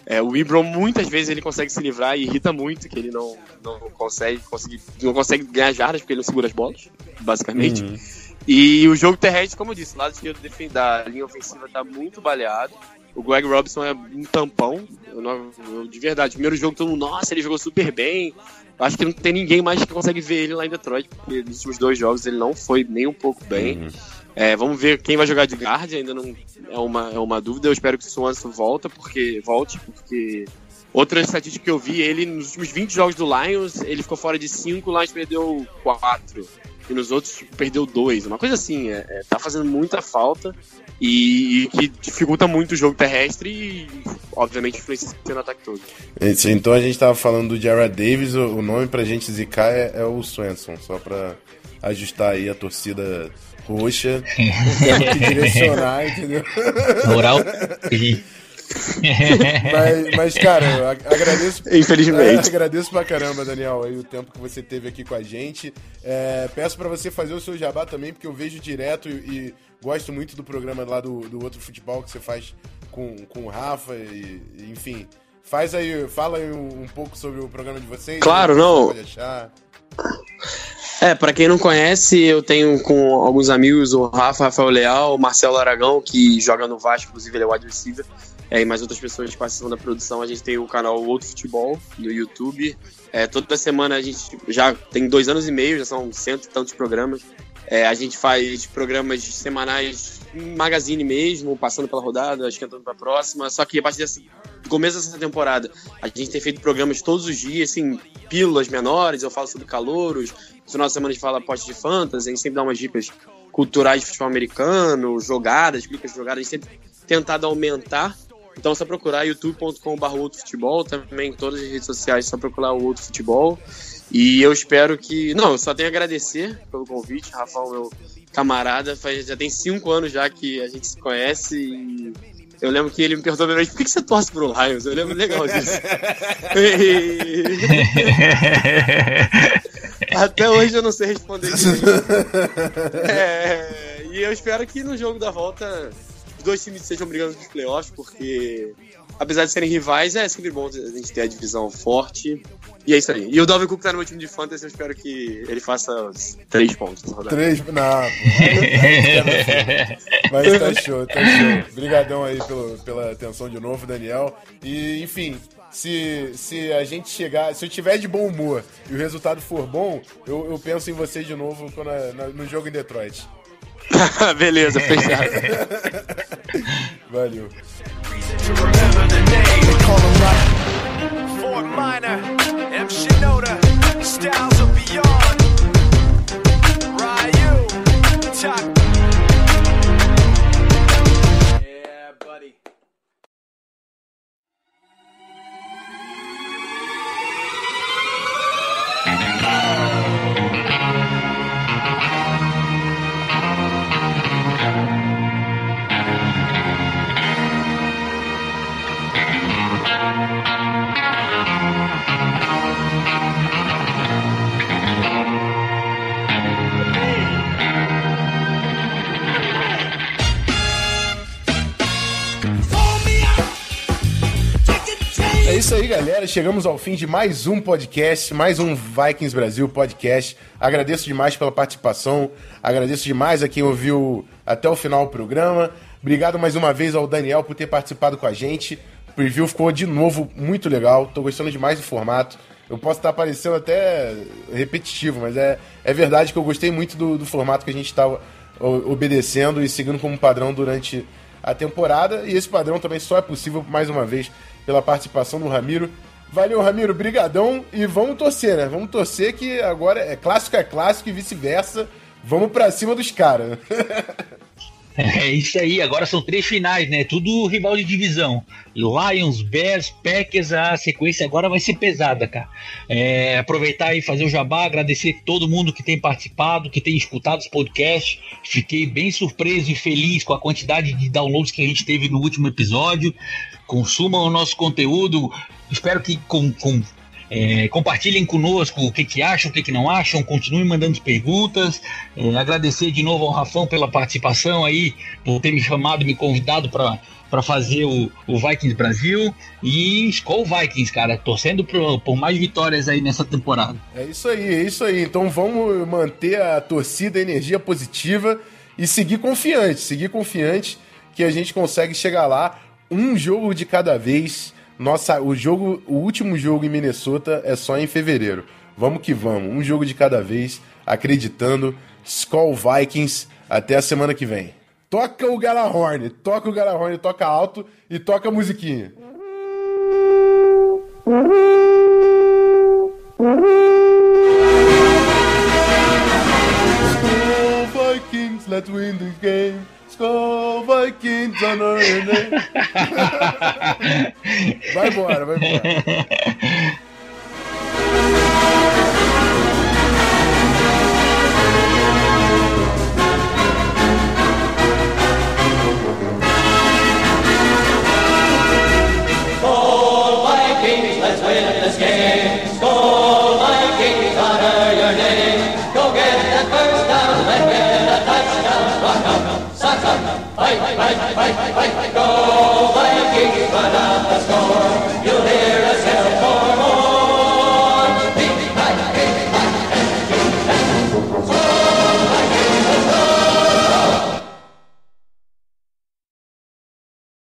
É, o Ebron, muitas vezes, ele consegue se livrar e irrita muito, que ele não, não, consegue, consegue, não consegue ganhar jardas porque ele não segura as bolas, basicamente. Uhum. E o jogo terrestre, como eu disse, o lado esquerdo da linha ofensiva tá muito baleado. O Greg Robinson é um tampão. Eu não, eu, de verdade, o primeiro jogo todo mundo, nossa, ele jogou super bem. Acho que não tem ninguém mais que consegue ver ele lá em Detroit, porque nos últimos dois jogos ele não foi nem um pouco bem. Uhum. É, vamos ver quem vai jogar de guard, ainda não é uma, é uma dúvida. Eu espero que o Swanson volta, porque, volte, porque outra estatística que eu vi, ele nos últimos vinte jogos do Lions, ele ficou fora de cinco, o Lions perdeu quatro. E nos outros tipo, perdeu dois. Uma coisa assim, é, é, tá fazendo muita falta e, e que dificulta muito o jogo terrestre e, obviamente, influencia no ataque todo. Então a gente tava falando do Jarrad Davis, o nome pra gente zicar é, é o Swanson, só pra ajustar aí a torcida roxa, temos que direcionar, entendeu? Moral. mas, mas, cara, eu agradeço. Infelizmente. É, agradeço pra caramba, Daniel, aí, o tempo que você teve aqui com a gente. É, peço pra você fazer o seu jabá também, porque eu vejo direto e, e gosto muito do programa lá do, do Outro Futebol que você faz com, com o Rafa, e, e, enfim. Faz aí, fala aí um, um pouco sobre o programa de vocês. Claro, não. Pode achar. É, pra quem não conhece, eu tenho com alguns amigos o Rafa, Rafael Leal, o Marcelo Aragão, que joga no Vasco, inclusive ele é wide receiver, é, e mais outras pessoas que participam da produção. A gente tem o canal Outro Futebol no YouTube. É, toda semana a gente já tem dois anos e meio, já são cento e tantos programas. É, a gente faz programas semanais em magazine mesmo, passando pela rodada, esquentando pra próxima. Só que a partir desse do começo dessa temporada, a gente tem feito programas todos os dias, assim, pílulas menores. Eu falo sobre calouros. No final de semana a gente fala aposta de fantasy, a gente sempre dá umas dicas culturais de futebol americano, jogadas, dicas de jogadas, a gente sempre tentado aumentar. Então é só procurar youtube ponto com barra outro futebol, também em todas as redes sociais é só procurar o Outro Futebol. E eu espero que... Não, eu só tenho a agradecer pelo convite, Rafael, meu camarada, faz, já tem cinco anos já que a gente se conhece e eu lembro que ele me perguntou por que, que você torce pro Lions? Eu lembro legal disso. E... Até hoje eu não sei responder isso. É, e eu espero que no jogo da volta os dois times estejam brigando nos playoffs, porque apesar de serem rivais, é sempre bom a gente ter a divisão forte. E é isso aí. E o Dalvin Cook tá no meu time de fantasy, eu espero que ele faça os três pontos nessa rodada. Três? Não, pô. Mas tá show, tá show. Obrigadão aí pelo, pela atenção de novo, Daniel. E, enfim, se, se a gente chegar... Se eu tiver de bom humor e o resultado for bom, eu, eu penso em você de novo quando, na, no jogo em Detroit. Beleza, fechado. Valeu. Fort Minor, M. Shinoda, Styles of Beyond, Ryu, Top. Yeah, buddy. É isso aí, galera. Chegamos ao fim de mais um podcast, mais um Vikings Brasil podcast. Agradeço demais pela participação, agradeço demais a quem ouviu até o final do programa. Obrigado mais uma vez ao Daniel por ter participado com a gente. O preview ficou de novo muito legal, tô gostando demais do formato. Eu posso estar parecendo até repetitivo, mas é, é verdade que eu gostei muito do, do formato que a gente está obedecendo e seguindo como padrão durante a temporada. E esse padrão também só é possível, mais uma vez, pela participação do Ramiro. Valeu, Ramiro, brigadão. E vamos torcer, né? Vamos torcer que agora é clássico é clássico e vice-versa. Vamos pra cima dos caras. É isso aí, agora são três finais, né? Tudo rival de divisão. Lions, Bears, Packers, a sequência agora vai ser pesada, cara. É, aproveitar e fazer o jabá, agradecer todo mundo que tem participado, que tem escutado os podcasts. Fiquei bem surpreso e feliz com a quantidade de downloads que a gente teve no último episódio. Consumam o nosso conteúdo. Espero que com... com É, compartilhem conosco o que, que acham, o que, que não acham, continuem mandando perguntas. É, agradecer de novo ao Rafão pela participação aí, por ter me chamado, me convidado para para fazer o, o Vikings Brasil. E Skol Vikings, cara, torcendo por, por mais vitórias aí nessa temporada. É isso aí, é isso aí. Então vamos manter a torcida, a energia positiva e seguir confiante, seguir confiante que a gente consegue chegar lá um jogo de cada vez. Nossa, o jogo, o último jogo em Minnesota é só em fevereiro. Vamos que vamos, um jogo de cada vez, acreditando. Skol Vikings, até a semana que vem. Toca o Galahorn, toca o Galahorn, toca alto e toca a musiquinha. Skol Vikings, let's win this game. Skol Vikings, honor your name. Vai embora, vai embora. Skol Vikings, let's win this game. Skol Vikings, honor your name. Go get that first down, let's get a touchdown. Rock 'em, sock 'em, fight, fight, fight, fight, fight, go.